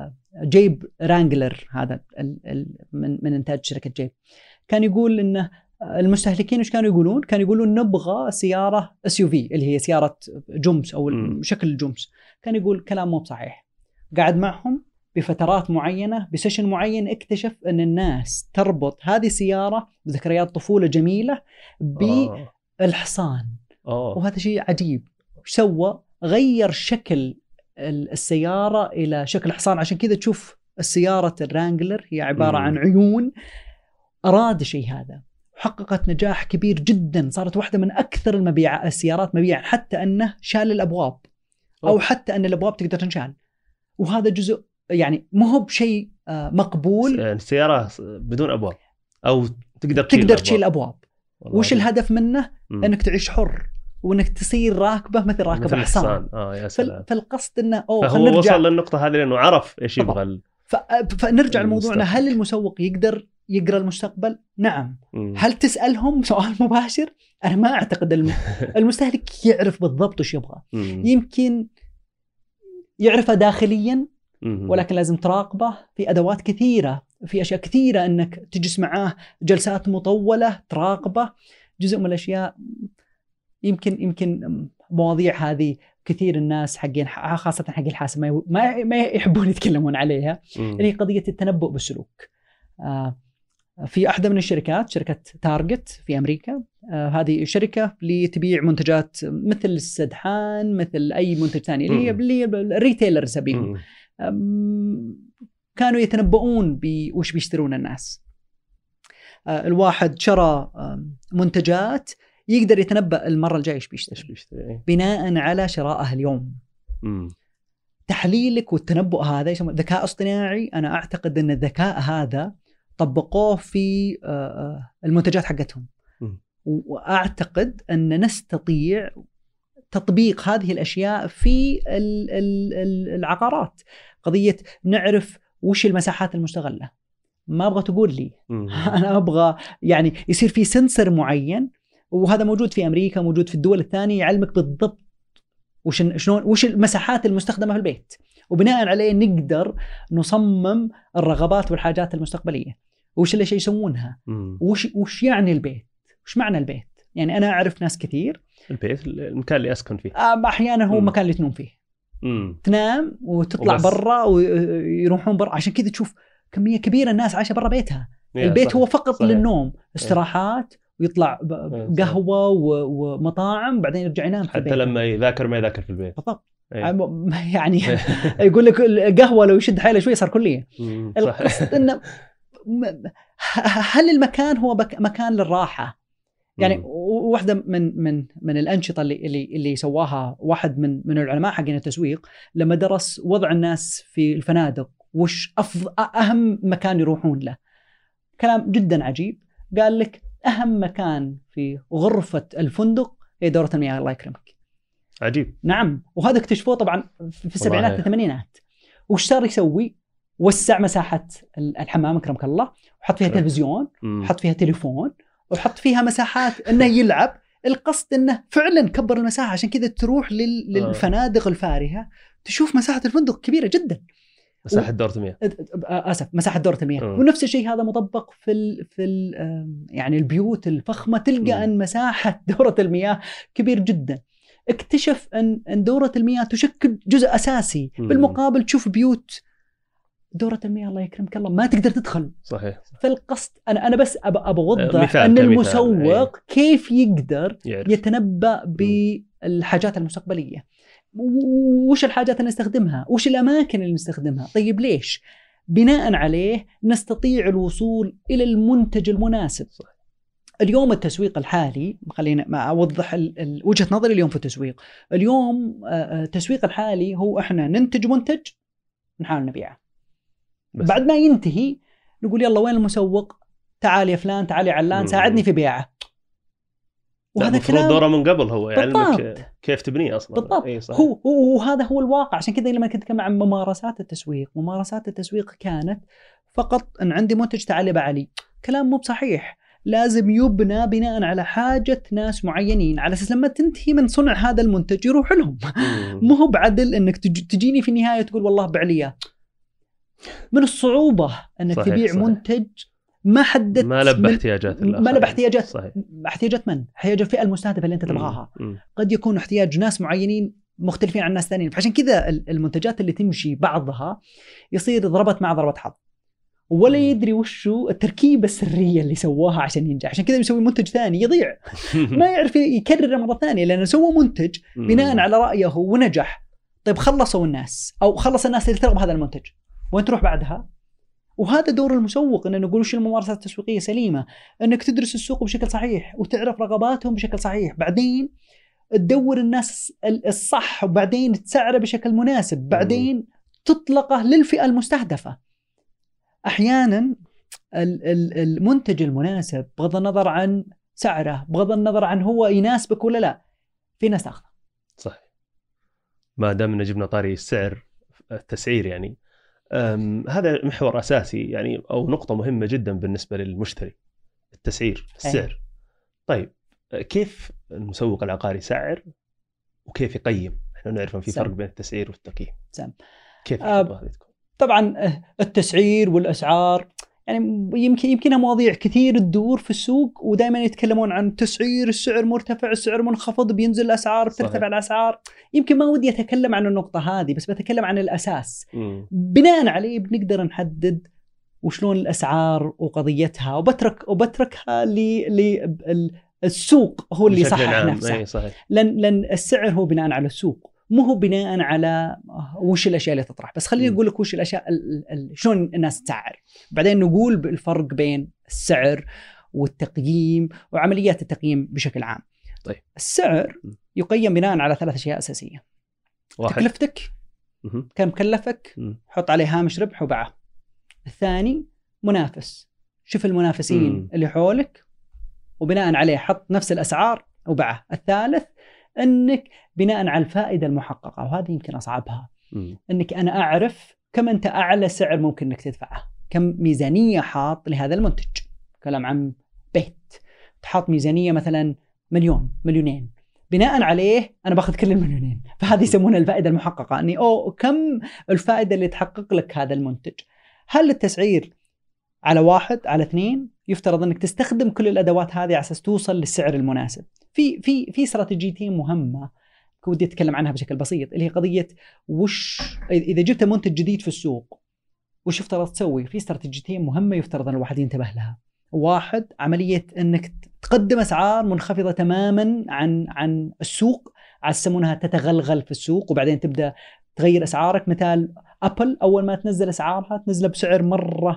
جيب رانجلر، هذا من إنتاج شركة جيب. كان يقول إنه المستهلكين وش كانوا يقولون؟ كانوا يقولون نبغى سيارة SUV اللي هي سيارة جمس أو شكل الجمس. كان يقول كلام مو صحيح. قاعد معهم بفترات معينة بسيشن معين اكتشف أن الناس تربط هذه السيارة بذكريات طفولة جميلة بالحصان. وهذا شيء عجيب. وش سوى؟ غير شكل السيارة إلى شكل حصان. عشان كذا تشوف السيارة الرانجلر هي عبارة عن عيون. أراد شيء هذا وحققت نجاح كبير جدا. صارت واحدة من أكثر السيارات مبيعا، حتى أنه شال الأبواب أو حتى أن الأبواب تقدر تنشال. وهذا جزء يعني ما هو بشيء مقبول. السيارة بدون أبواب أو تقدر تشيل الأبواب. وش الهدف منه؟ أنك تعيش حر وأنك تصير راكبة مثل راكب الحصان. يا سلام. فالقصد أنه فهو وصل للنقطة هذه لأنه عرف إيش يبغى. فنرجع لموضوعنا، هل المسوق يقدر يقرأ المستقبل؟ نعم. هل تسألهم سؤال مباشر؟ أنا ما أعتقد. المستهلك يعرف بالضبط وش يبغى. يمكن يعرفه داخليا، ولكن لازم تراقبه في أدوات كثيرة، في أشياء كثيرة أنك تجلس معاه جلسات مطولة تراقبه. جزء من الأشياء يمكن مواضيع هذه كثير الناس حقين خاصة حق الحاسب ما يحبون يتكلمون عليها، اللي هي قضية التنبؤ بالسلوك. في أحدى من الشركات، شركة تارجت في أمريكا، هذه شركة اللي تبيع منتجات مثل السدحان مثل أي منتج ثاني اللي الريتيلرز بيهم، كانوا يتنبؤون بوش بيشترون الناس. الواحد شرى منتجات يقدر يتنبأ المرة الجاية ايش بيشتري بناء على شرائه اليوم. تحليلك والتنبؤ هذا يسمى ذكاء اصطناعي. أنا أعتقد أن الذكاء هذا طبقوه في المنتجات حقتهم، وأعتقد أن نستطيع تطبيق هذه الأشياء في العقارات. قضية نعرف وش المساحات المستغلة. ما أبغى تقول لي أنا أبغى يعني يصير في سنسر معين، وهذا موجود في أمريكا، موجود في الدول الثانية، يعلمك بالضبط وش المساحات المستخدمة في البيت، وبناء عليه نقدر نصمم الرغبات والحاجات المستقبلية. وش الأشياء يسوونها، وش يعني البيت، وش معنى البيت. يعني أنا أعرف ناس كثير البيت المكان اللي أسكن فيه، أحيانا هو مكان اللي تنوم فيه. تنام وتطلع برا ويروحون برا. عشان كذا تشوف كمية كبيرة الناس عايشة برا بيتها. البيت صحيح. هو فقط صحيح. للنوم، استراحات، ويطلع قهوة ومطاعم، بعدين يرجع ينام حتى في لما يذاكر ما يذاكر في البيت بالضبط. يعني يقول لك القهوة لو يشد حيله شوي صار كلية. القصد إنه هل المكان هو مكان للراحة؟ يعني واحدة من الأنشطة اللي سواها واحد من العلماء حقين التسويق، لما درس وضع الناس في الفنادق وش أهم مكان يروحون له، كلام جدا عجيب. قال لك أهم مكان في غرفة الفندق هي دورة المياه. الله يكرمك. عجيب. نعم. وهذا اكتشفوه طبعا في السبعينات والثمانينات. وش صار يسوي؟ وسع مساحة الحمام أكرمك الله، وحط فيها تلفزيون، وحط فيها تليفون، وحط فيها مساحات انه يلعب. القصد انه فعلا كبر المساحه. عشان كذا تروح للفنادق الفارهه تشوف مساحه الفندق كبيره جدا. مساحه دورة المياه، مساحه دورة المياه. ونفس الشيء هذا مطبق في يعني البيوت الفخمه، تلقى ان مساحه دورة المياه كبير جدا. اكتشف ان دورة المياه تشكل جزء اساسي. بالمقابل تشوف بيوت دورة المياه الله يكرمك الله ما تقدر تدخل. صحيح. فالقصد أنا بس أوضح أن المسوق كيف يقدر يتنبأ بالحاجات المستقبلية. وش الحاجات اللي نستخدمها، وش الأماكن اللي نستخدمها. طيب ليش؟ بناء عليه نستطيع الوصول إلى المنتج المناسب. صحيح. اليوم التسويق الحالي، خلينا ما أوضح وجهة نظري اليوم في التسويق. اليوم التسويق الحالي هو إحنا ننتج منتج نحاول نبيعه، بعد ما ينتهي نقول يلا وين المسوق، تعال يا فلان، تعال يا علان، ساعدني في بيعه. وهذا كلام دوره من قبل هو يعلمك كيف تبنيه اصلا. بالضبط. وهذا هو الواقع. عشان كذا لما كنت اتكلم عن ممارسات التسويق كانت فقط ان عندي منتج تعال يا علي. كلام مو بصحيح. لازم يبنى بناء على حاجة ناس معينين، على أساس لما تنتهي من صنع هذا المنتج يروح لهم. مو هو بعدل انك تجيني في النهاية تقول والله بعليا. من الصعوبة أنك تبيع منتج ما حددت، ما لبى احتياجات ما لبى احتياجات. صحيح. احتياجات من؟ احتياج الفئة المستهدفة اللي أنت تبغاها. قد يكون احتياج ناس معينين مختلفين عن ناس ثانيين. فعشان كذا المنتجات اللي تمشي بعضها يصير ضربت مع ضربة حظ، ولا يدري وشو التركيبة السرية اللي سواها عشان ينجح. عشان كذا يسوي منتج ثاني يضيع ما يعرف يكرره مرة ثانية، لأنه سوى منتج بناء على رأيه ونجح. طيب خلصوا الناس، أو خلص الناس اللي ترغب هذا المنتج، وين تروح بعدها؟ وهذا دور المسوق، إنه نقول وش الممارسات التسويقية سليمة، إنك تدرس السوق بشكل صحيح وتعرف رغباتهم بشكل صحيح، بعدين تدور الناس الصح، وبعدين تسعره بشكل مناسب، بعدين تطلقه للفئة المستهدفة. أحيانا المنتج المناسب بغض النظر عن سعره، بغض النظر عن هو يناسبك ولا لا، في ناس تاخذه. صح. ما دامنا جبنا طاري السعر، التسعير يعني هذا محور أساسي يعني، أو نقطة مهمة جدا بالنسبة للمشتري، التسعير، السعر. طيب كيف المسوق العقاري يسعر وكيف يقيم؟ احنا نعرف في فرق بين التسعير والتقييم. كيف طبعا التسعير والأسعار يعني يمكنها مواضيع كثير تدور في السوق، ودائما يتكلمون عن تسعير، السعر مرتفع، السعر منخفض، بينزل الأسعار، بترتفع الأسعار. يمكن ما ودي أتكلم عن النقطة هذه، بس بتكلم عن الأساس. بناء عليه بنقدر نحدد وشلون الأسعار وقضيتها، وبتركها للسوق هو اللي يصحح نفسه. لأن السعر هو بناء على السوق، مو هو بناء على وش الأشياء اللي تطرح. بس خليني أقول لك وش الأشياء شلون الناس تسعر، بعدين نقول بالفرق بين السعر والتقييم وعمليات التقييم بشكل عام. طيب. السعر يقيم بناء على 3 أشياء أساسية. تكلفتك، كم كلفك، حط عليه هامش ربح وباعه. الثاني منافس، شوف المنافسين اللي حولك وبناء عليه حط نفس الأسعار وباعه. الثالث أنك بناء على الفائدة المحققة، وهذه يمكن أصعبها، أنك أنا أعرف كم أنت أعلى سعر ممكن أنك تدفعه، كم ميزانية حاط لهذا المنتج. كلام عن بيت، تحط ميزانية مثلا 1,000,000 2,000,000، بناء عليه أنا باخذ كل 2,000,000. فهذه يسمونها الفائدة المحققة، أني كم الفائدة اللي تحقق لك هذا المنتج. هل التسعير على 1 على 2؟ يفترض أنك تستخدم كل الأدوات هذه على أساس توصل للسعر المناسب. في استراتيجيتين مهمة ودي أتكلم عنها بشكل بسيط، اللي هي قضية وش إذا جبت منتج جديد في السوق وش يفترض تسوي. في استراتيجيتين مهمة يفترض أن الواحد ينتبه لها. 1، عملية أنك تقدم أسعار منخفضة تماما عن السوق، على يسمونها تتغلغل في السوق، وبعدين تبدأ تغير أسعارك. مثال أبل أول ما تنزل أسعارها تنزلها بسعر مرة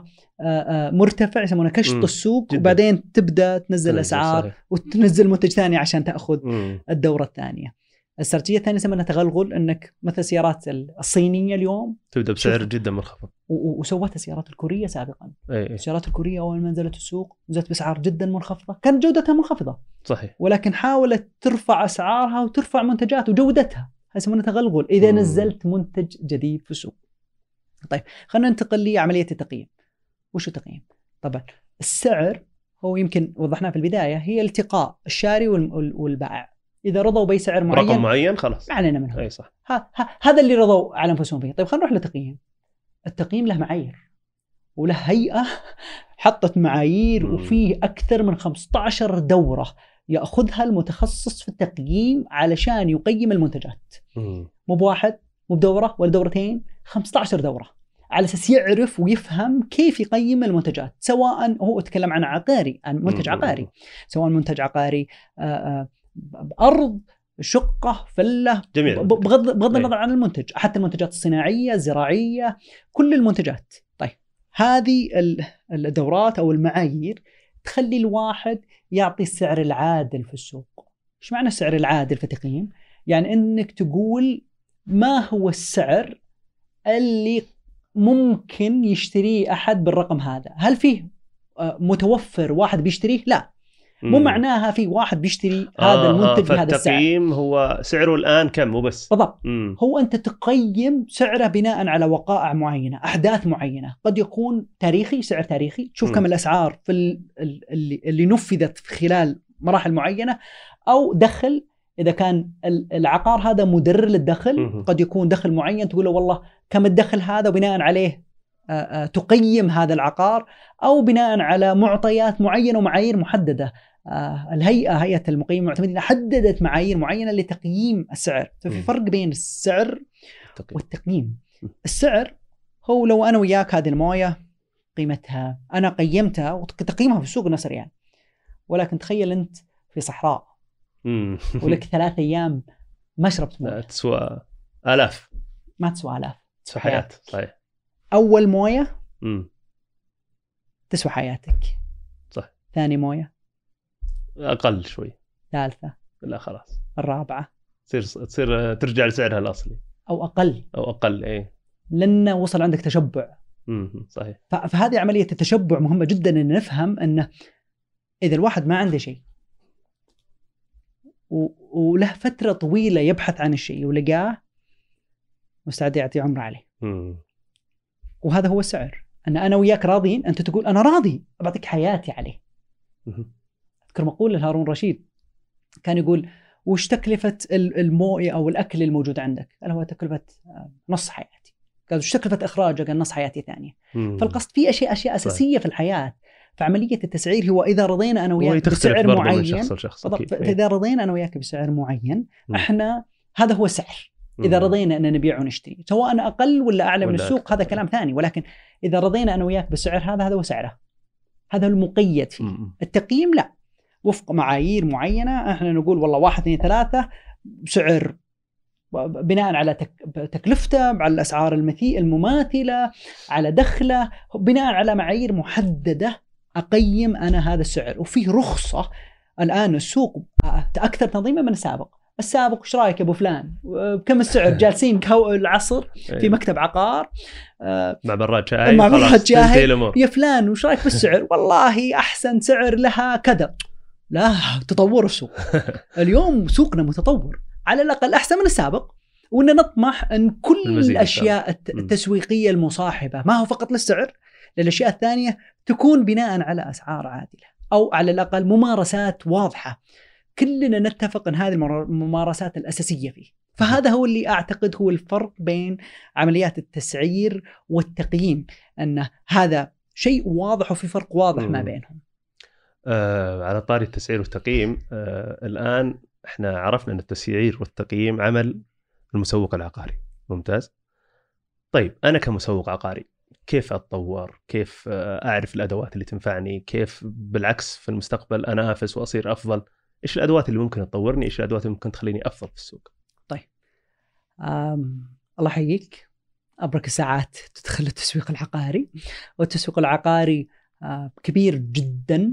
مرتفع، يسمونه كشط السوق جدا. وبعدين تبدأ تنزل أسعار وتنزل منتج ثاني عشان تأخذ الدورة الثانية. الاستراتيجية الثانية يسمونها تغلغل، أنك مثل السيارات الصينية اليوم تبدأ بسعر جدا منخفض، وسوتها السيارات الكورية سابقا. السيارات الكورية أول ما نزلت السوق نزلت بأسعار جدا منخفضة، كانت جودتها منخفضة صحيح، ولكن حاولت ترفع أسعارها وترفع منتجات وجودتها. يسمونه تغلغل إذا نزلت منتج جديد في السوق. طيب خلينا ننتقل لعملية التقييم. وش التقييم؟ طبعا السعر هو يمكن وضحناه في البداية، هي التقاء الشاري والبائع. إذا رضوا بسعر معين، رقم معين، خلاص علينا منه. أي صح. هذا اللي رضوا على أنفسهم فيه. طيب خلينا نروح للتقييم. التقييم له معايير وله هيئة حطت معايير، وفيه أكثر من 15 دورة يأخذها المتخصص في التقييم علشان يقيم المنتجات. مو بواحد، مو بدورة ولا دورتين، 15 دورة، على أساس يعرف ويفهم كيف يقيم المنتجات. سواء هو تكلم عن عقاري، عن منتج عقاري، سواء منتج عقاري أرض، شقة، فلة، بغض النظر عن المنتج، حتى المنتجات الصناعية، الزراعية، كل المنتجات. طيب هذه الدورات أو المعايير تخلي الواحد يعطي السعر العادل في السوق. إيش معنى السعر العادل في التقييم؟ يعني إنك تقول ما هو السعر اللي ممكن يشتريه أحد بالرقم هذا. هل فيه متوفر واحد بيشتريه؟ لا، مو معناها في واحد بيشتري هذا المنتج بهذا السعر. فالتقييم هو سعره الآن كم وبس. بالضبط. هو أنت تقيم سعره بناء على وقائع معينة، أحداث معينة. قد يكون تاريخي، سعر تاريخي، تشوف كم الأسعار في اللي نفذت في خلال مراحل معينة، أو دخل. إذا كان العقار هذا مدر للدخل، قد يكون دخل معين تقول له والله كم الدخل هذا، وبناء عليه تقيم هذا العقار، أو بناء على معطيات معينة ومعايير محددة. هيئة المقيمين المعتمدين حددت معايير معينة لتقييم السعر. ففي فرق بين السعر والتقييم. السعر هو لو أنا وياك هذه الموية قيمتها أنا قيمتها وتقييمها في السوق نفس ريال، ولكن تخيل أنت في صحراء ولك 3 أيام ما شربت موية، تسوى آلاف، ما تسوى آلاف، تسوى حياة. صحيح. أول موية تسوى حياتك، صح. ثاني موية أقل شوي، ثالثة لا خلاص، الرابعة تصير ترجع لسعرها الأصلي أو أقل. إيه، لأن وصل عندك تشبع. صحيح. فهذه عملية التشبع مهمة جدا، أن نفهم أنه إذا الواحد ما عنده شيء وله فترة طويلة يبحث عن الشيء ولقاه، مستعد يعطي عمره عليه. وهذا هو السعر، أن أنا وياك راضين، أنت تقول أنا راضي أعطيك حياتي عليه. أذكر مقولة هارون رشيد كان يقول وش تكلفة الموية أو الأكل الموجود عندك؟ قال هو تكلفة نص حياتي. قال وش تكلفة إخراجه؟ قال نص حياتي ثانية. فالقصد في أشياء أساسية في الحياة. فعملية التسعير هو إذا رضينا أنا وياك بسعر معين، إذا رضينا أنا وياك بسعر معين، إحنا هذا هو السعر. إذا رضينا أن نبيع ونشتري سواء أنا أقل ولا أعلى من السوق، هذا كلام ثاني، ولكن إذا رضينا أنا وياك بالسعر هذا هو سعره، هذا المقيد فيه. التقييم لا، وفق معايير معينة احنا نقول والله 1 2 3 سعر بناء على تكلفته، على الأسعار المماثلة، على دخله، بناء على معايير محددة أقيم أنا هذا السعر. وفيه رخصة الآن السوق أكثر تنظيما من السابق. وش رايك يا أبو فلان؟ كم السعر؟ جالسين العصر في مكتب عقار مع براد شاي، يا فلان وش رايك بالسعر؟ والله أحسن سعر لها كذا. لا، تطور السوق. اليوم سوقنا متطور، على الأقل أحسن من السابق، وإن نطمح أن كل الأشياء التسويقية المصاحبة ما هو فقط للسعر، للأشياء الثانية تكون بناء على أسعار عادلة، أو على الأقل ممارسات واضحة كلنا نتفق أن هذه الممارسات الأساسية فيه. فهذا هو اللي أعتقد هو الفرق بين عمليات التسعير والتقييم، أن هذا شيء واضح وفي فرق واضح ما بينهم. على طاري التسعير والتقييم، الآن احنا عرفنا أن التسعير والتقييم عمل المسوق العقاري. ممتاز. طيب أنا كمسوق عقاري كيف أتطور؟ كيف أعرف الأدوات اللي تنفعني؟ كيف بالعكس في المستقبل أنافس وأصير أفضل؟ إيش الأدوات اللي ممكن تطورني؟ إيش الأدوات اللي ممكن تخليني أفضل في السوق؟ طيب الله يحييك، أبرك الساعات تدخل التسويق العقاري، والتسويق العقاري كبير جدا،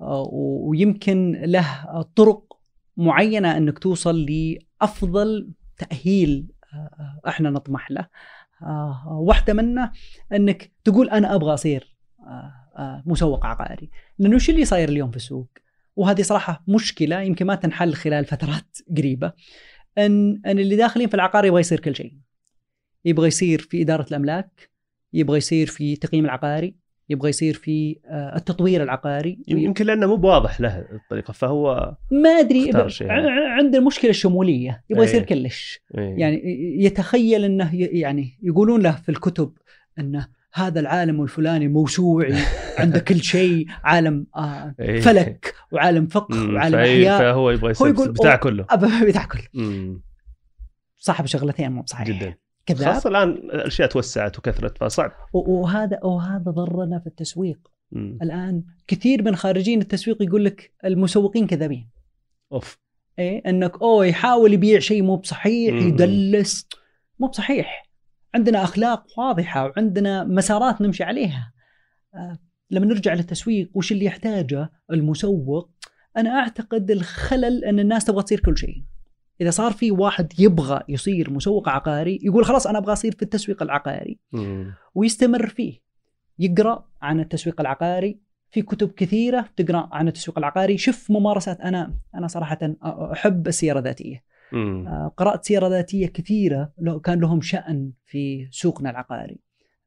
ويمكن له طرق معينة أنك توصل لأفضل تأهيل احنا نطمح له. واحدة منه أنك تقول أنا أبغى أصير مسوق عقاري، لأنه وش اللي صاير اليوم في السوق، وهذه صراحة مشكلة يمكن ما تنحل خلال فترات قريبة، أن اللي داخلين في العقار يبغى يصير كل شيء. يبغى يصير في إدارة الأملاك، يبغى يصير في تقييم العقاري، يبغى يصير في التطوير العقاري. يمكن لأنه مو بواضح له الطريقة، فهو ما أدري عنده المشكلة الشمولية، يبغى يصير كلش. يعني يتخيل أنه يعني يقولون له في الكتب أنه هذا العالم الفلاني موسوعي عنده كل شيء، عالم فلك وعالم فقه وعالم أحياء، فهو يبغى يصير بتاع كله. بتاع كله. صاحب شغلتين مو صحيح جدا. كذاب. خاصة الآن الأشياء توسعت وكثرت فصعب. وهذا ضرنا في التسويق. الآن كثير من خارجين التسويق يقول لك المسوقين كذابين. إيه أنك يحاول يبيع شيء مو بصحيح، يدلس، مو بصحيح. عندنا أخلاق واضحة وعندنا مسارات نمشي عليها. لما نرجع للتسويق وش اللي يحتاجه المسوق، أنا أعتقد الخلل أن الناس تبغى تصير كل شيء. إذا صار في واحد يبغى يصير مسوق عقاري يقول خلاص أنا أبغى أصير في التسويق العقاري، ويستمر فيه، يقرأ عن التسويق العقاري في كتب كثيرة تقرأ عن التسويق العقاري. شوف ممارسات، أنا صراحة أحب السيرة الذاتية. قرأت سيرة ذاتية كثيرة كان لهم شأن في سوقنا العقاري.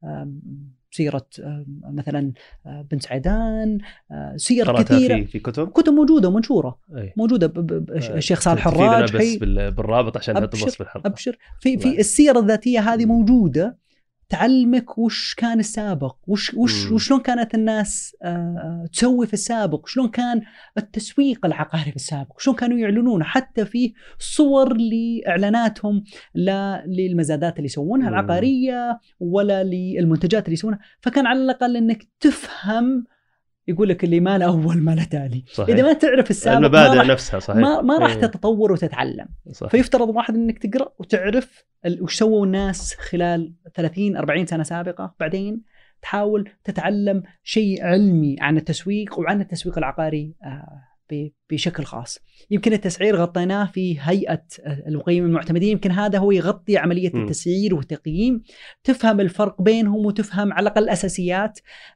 سيرة مثلا بن سعيدان، سير كثيرة في كتب موجودة ومنشورة، موجودة الشيخ صالح الراجحي. بس بالرابط عشان تبص بالحلقة. أبشر في السيرة الذاتية هذه موجودة، تعلمك وش كان السابق، وشلون كانت الناس تسوي في السابق، شلون كان التسويق العقاري في السابق، شلون كانوا يعلنونه، حتى في صور لإعلاناتهم لا للمزادات اللي يسوونها العقارية ولا للمنتجات اللي يسوونها. فكان على الأقل أنك تفهم، يقول لك اللي ما له أول ما له تالي. صحيح. إذا ما تعرف السابق المبادئ نفسها صحيح. ما راح تتطور وتتعلم. صحيح. فيفترض واحد أنك تقرأ وتعرف وش سووا الناس خلال 30-40 سنة سابقة، بعدين تحاول تتعلم شيء علمي عن التسويق وعن التسويق العقاري بشكل خاص. يمكن التسعير غطيناه في هيئة المقيمين المعتمدين، يمكن هذا هو يغطي عملية التسعير والتقييم، تفهم الفرق بينهم وتفهم على الأقل الأساسيات.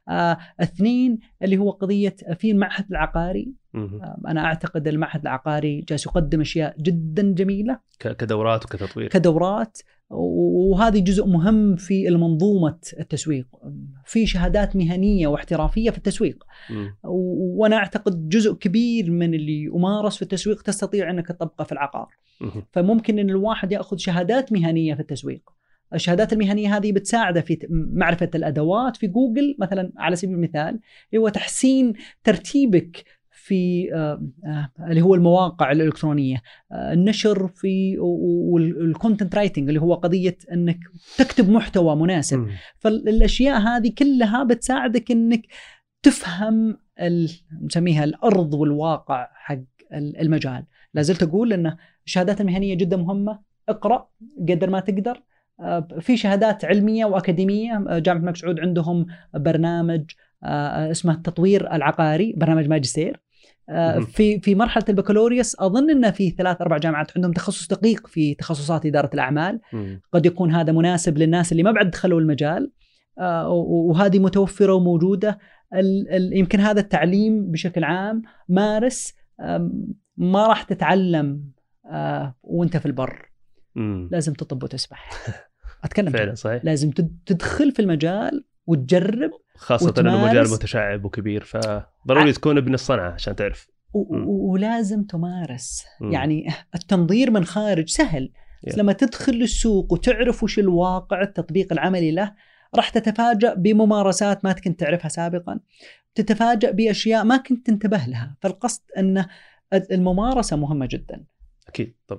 2 اللي هو قضية في المعهد العقاري. أنا أعتقد المعهد العقاري جالس يقدم أشياء جدا جميلة كدورات وكتطوير، كدورات، وهذه جزء مهم في المنظومة التسويق. في شهادات مهنية واحترافية في التسويق، وأنا أعتقد جزء كبير من اللي يمارس في التسويق تستطيع أنك تطبقه في العقار. فممكن أن الواحد يأخذ شهادات مهنية في التسويق. الشهادات المهنية هذه بتساعده في معرفة الأدوات في جوجل مثلا على سبيل المثال، هو تحسين ترتيبك في اللي هو المواقع الإلكترونية، النشر في والكونتنت رايتنج اللي هو قضية أنك تكتب محتوى مناسب. فالأشياء هذه كلها بتساعدك أنك تفهم نسميها الأرض والواقع حق المجال. لازلت أقول أن الشهادات المهنية جدا مهمة، اقرأ قدر ما تقدر. في شهادات علمية وأكاديمية، جامعة الملك سعود عندهم برنامج اسمه التطوير العقاري، برنامج ماجستير. في مرحلة البكالوريوس أظن أن في 3-4 جامعات عندهم تخصص دقيق في تخصصات إدارة الأعمال. قد يكون هذا مناسب للناس اللي ما بعد دخلوا المجال، وهذه متوفرة وموجودة. يمكن هذا التعليم بشكل عام مارس، ما راح تتعلم وانت في البر. لازم تطب وتسبح. أتكلم فعلا صحيح. لازم تدخل في المجال وتجرب، خاصة أنه مجال متشعب وكبير، فضروري تكون ابن الصنعة عشان تعرف. ولازم تمارس. يعني التنظير من خارج سهل، بس لما تدخل السوق وتعرف وش الواقع التطبيق العملي له، راح تتفاجأ بممارسات ما كنت تعرفها سابقا، تتفاجأ بأشياء ما كنت تنتبه لها. فالقصد أن الممارسة مهمة جدا. أكيد طبعا.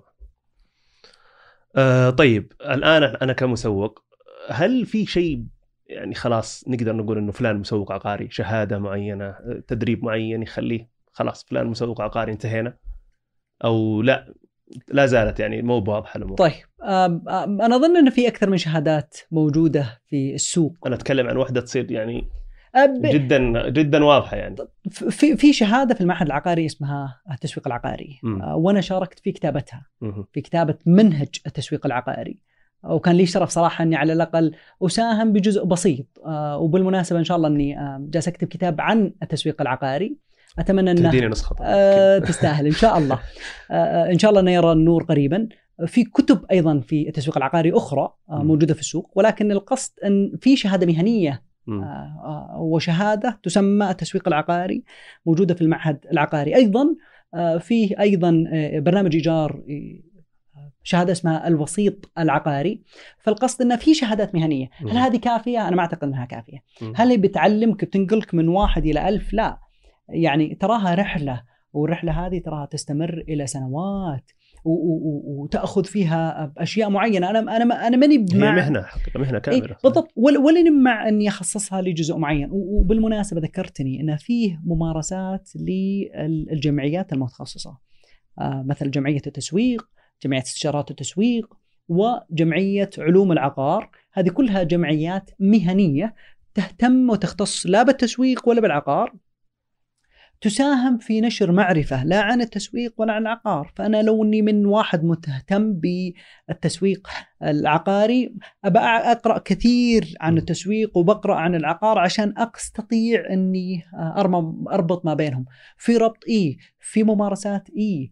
طيب الآن أنا كمسوق، هل في شيء يعني خلاص نقدر نقول إنه فلان مسوق عقاري، شهادة معينة، تدريب معين يخليه خلاص فلان مسوق عقاري انتهينا، أو لا زالت يعني مو واضحة الأمور؟ طيب أنا أظن أن في أكثر من شهادات موجودة في السوق. أنا أتكلم عن واحدة تصير يعني جدا جدا واضحة. يعني في شهادة في المعهد العقاري اسمها التسويق العقاري، وأنا شاركت في كتابتها، في كتابة منهج التسويق العقاري، وكان لي شرف صراحة أني على الأقل أساهم بجزء بسيط. وبالمناسبة إن شاء الله أني جالس أكتب كتاب عن التسويق العقاري، أتمنى أن تديني نسخة تستاهل إن شاء الله. إن شاء الله أن يرى النور قريبا. في كتب أيضا في التسويق العقاري أخرى موجودة في السوق، ولكن القصد أن في شهادة مهنية وشهادة تسمى التسويق العقاري موجودة في المعهد العقاري. أيضا فيه أيضا برنامج إيجار، شهادة اسمها الوسيط العقاري. فالقصد أن في شهادات مهنية. هل هذه كافية؟ أنا ما أعتقد أنها كافية. هل هي بتعلمك بتنقلك من 1 إلى 1000؟ لا، يعني تراها رحلة، والرحلة هذه تراها تستمر إلى سنوات، وتأخذ فيها أشياء معينة. أنا ماني مع مهنة حقيقة، مهنة كاملة بالضبط، ولا نمع أن يخصصها لجزء معين. وبالمناسبة ذكرتني أن فيه ممارسات للجمعيات المتخصصة، مثل جمعية التسويق، جمعية استشارات التسويق، وجمعية علوم العقار. هذه كلها جمعيات مهنية تهتم وتختص لا بالتسويق ولا بالعقار، تساهم في نشر معرفة لا عن التسويق ولا عن العقار. فأنا لو أني من واحد متهتم بالتسويق العقاري، أبقى أقرأ كثير عن التسويق وبقرأ عن العقار عشان أستطيع أني أربط ما بينهم في ربط في ممارسات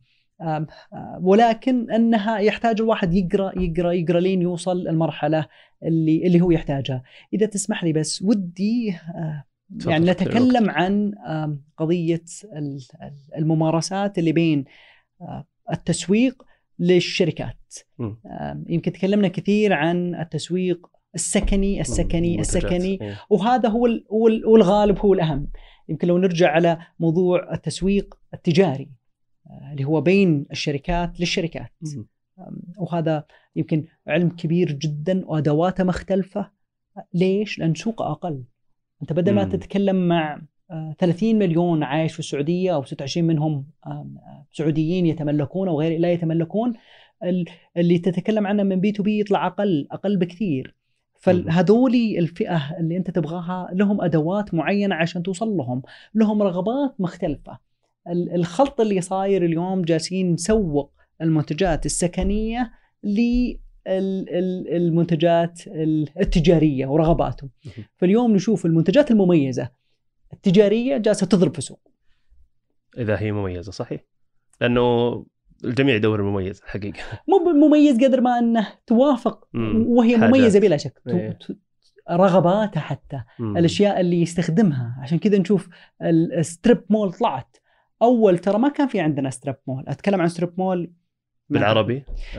ولكن أنها يحتاج الواحد يقرأ لين يوصل المرحلة اللي هو يحتاجها. إذا تسمح لي بس ودي يعني نتكلم عن قضية الممارسات اللي بين التسويق للشركات. يمكن تكلمنا كثير عن التسويق السكني وهذا هو الغالب، هو الأهم. يمكن لو نرجع على موضوع التسويق التجاري اللي هو بين الشركات للشركات، وهذا يمكن علم كبير جدا وأدواته مختلفة. ليش؟ لأن سوقه أقل. أنت بدل ما تتكلم مع 30 مليون عايش في السعودية أو 26 منهم سعوديين يتملكون أو غير لا يتملكون، اللي تتكلم عنه من B2B يطلع أقل بكثير. فهذولي الفئة اللي أنت تبغاها لهم أدوات معينة عشان توصل لهم رغبات مختلفة. الخلط اللي صاير اليوم جالسين نسوق المنتجات السكنية للمنتجات التجارية ورغباتهم. فاليوم نشوف المنتجات المميزة التجارية جالسة تضرب في السوق إذا هي مميزة، صحيح، لأنه الجميع يدور المميز الحقيقة. مو مميز قدر ما أنه توافق، وهي مميزة بلا شك، رغباتها حتى الأشياء اللي يستخدمها. عشان كذا نشوف الستريب مول طلعت أول، ترى ما كان في عندنا ستريب مول. أتكلم عن ستريب مول بالعربي.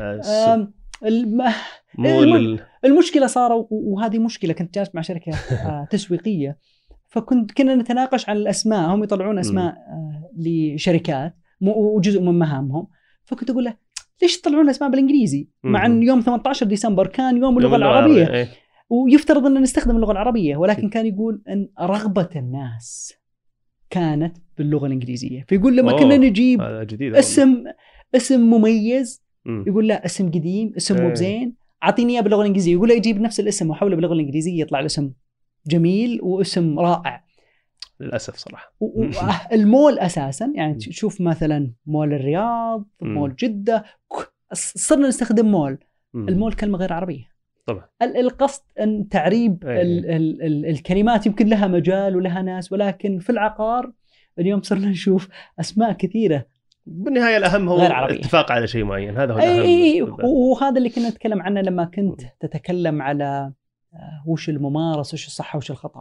المشكلة صاروا، وهذه مشكلة، كنت جالس مع شركة تسويقية، كنا نتناقش عن الأسماء. هم يطلعون أسماء لشركات وجزء من مهامهم، فكنت أقول له ليش تطلعون أسماء بالإنجليزي مع أن يوم 18 ديسمبر كان يوم اللغة العربية ويفترض أن نستخدم اللغة العربية، ولكن كان يقول أن رغبة الناس كانت باللغة الإنجليزية. فيقول لما كنا نجيب اسم مميز، يقول لا اسم قديم، اسم مو بزين، أعطيني إياه باللغة الإنجليزية. يقول لا يجيب نفس الاسم وحوله باللغة الإنجليزية يطلع الاسم جميل واسم رائع. للأسف صراحة. المول أساساً يعني تشوف مثلاً مول الرياض، مول جدة، صرنا نستخدم مول. المول كلمة غير عربية طبعا. القصد أن تعريب الكلمات يمكن لها مجال ولها ناس، ولكن في العقار اليوم صرنا نشوف أسماء كثيرة. بالنهاية الأهم هو الاتفاق على شيء معين، هذا هو الأهم. وهذا اللي كنا نتكلم عنه لما كنت تتكلم على وش الممارس، وش الصح، وش الخطأ.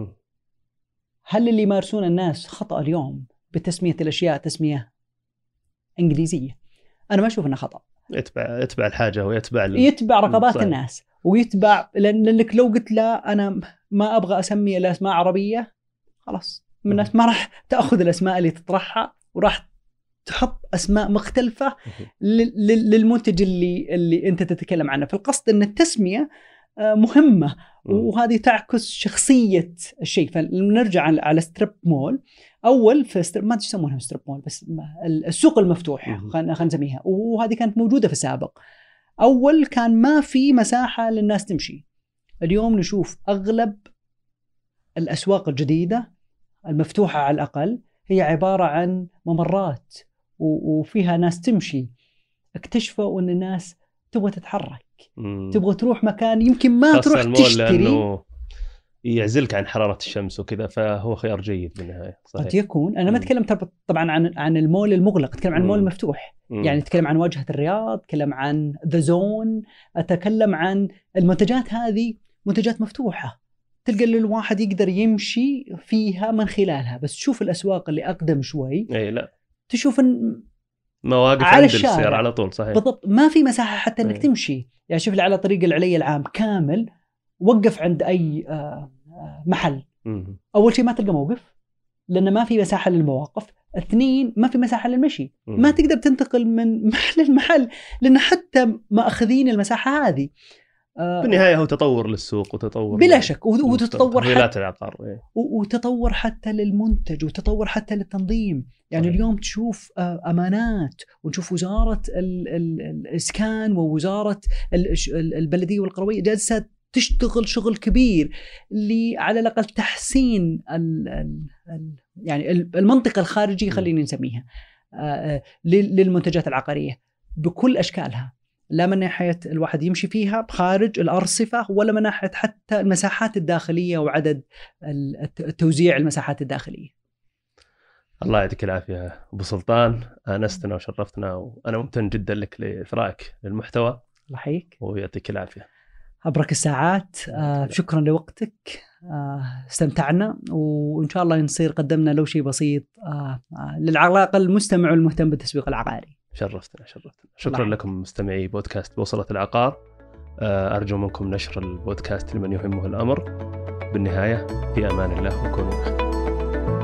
هل اللي يمارسون الناس خطأ اليوم بتسمية الأشياء تسمية إنجليزية؟ أنا ما أشوف أنه خطأ. يتبع الحاجة يتبع رغبات الناس، ويتبع لأنك لو قلت لا أنا ما أبغى أسمي الأسماء عربية، خلاص من الناس ما راح تأخذ الأسماء اللي تطرحها وراح تحط أسماء مختلفة للمنتج اللي أنت تتكلم عنه. فالقصد أن التسمية مهمة، وهذه تعكس شخصية الشيء. فنرجع على ستريب مول. أول في ستريب، ما تسمونها ستريب مول، بس السوق المفتوح خلينا نسميها، وهذه كانت موجودة في السابق. أول كان ما في مساحة للناس تمشي. اليوم نشوف أغلب الأسواق الجديدة المفتوحة على الأقل هي عبارة عن ممرات وفيها ناس تمشي. اكتشفوا أن الناس تبغى تتحرك، تبغى تروح مكان يمكن ما تروح تشتري، لأنه يعزلك عن حرارة الشمس وكذا، فهو خيار جيد بالنهاية. قد يكون. أنا ما أتكلم طبعا عن المول المغلق، أتكلم عن المول المفتوح. يعني أتكلم عن واجهة الرياض، أتكلم عن ذا زون، أتكلم عن المنتجات هذه، منتجات مفتوحة تلقى الواحد يقدر يمشي فيها من خلالها. بس شوف الأسواق اللي أقدم شوي، لا تشوف مواقف على عند السيارة على طول. صحيح بالضبط، ما في مساحة حتى أنك تمشي. يعني شوف لي على طريق العلي العام كامل، وقف عند أي محل، أول شيء ما تلقى موقف لأن ما في مساحة للمواقف. 2 ما في مساحة للمشي، ما تقدر تنتقل من محل لمحل لأن حتى ما أخذين المساحة هذه. بالنهاية هو تطور للسوق وتطور بلا شك، وتطور حتى العقار، وتطور حتى للمنتج، وتطور حتى للتنظيم. يعني اليوم تشوف أمانات، ونشوف وزارة الإسكان ووزارة البلدية والقروية جالسة تشتغل شغل كبير على الأقل تحسين يعني المنطقة الخارجية، خلينا نسميها، للمنتجات العقارية بكل أشكالها، لا من ناحية الواحد يمشي فيها بخارج الأرصفة، ولا من ناحية حتى المساحات الداخلية وعدد توزيع المساحات الداخلية. الله يعطيك العافية أبو سلطان، آنستنا وشرفتنا، وأنا ممتن جدا لك لإثرائك للمحتوى. الله يحييك ويعطيك العافية. أبرك الساعات. شكرا لوقتك، استمتعنا، وإن شاء الله نصير قدمنا لو شيء بسيط للعلاقة المستمع والمهتم بالتسويق العقاري. شرفتنا. شكرا لكم مستمعي بودكاست بوصلة العقار. أرجو منكم نشر البودكاست لمن يهمه الأمر. بالنهاية في أمان الله وكونوا بخير.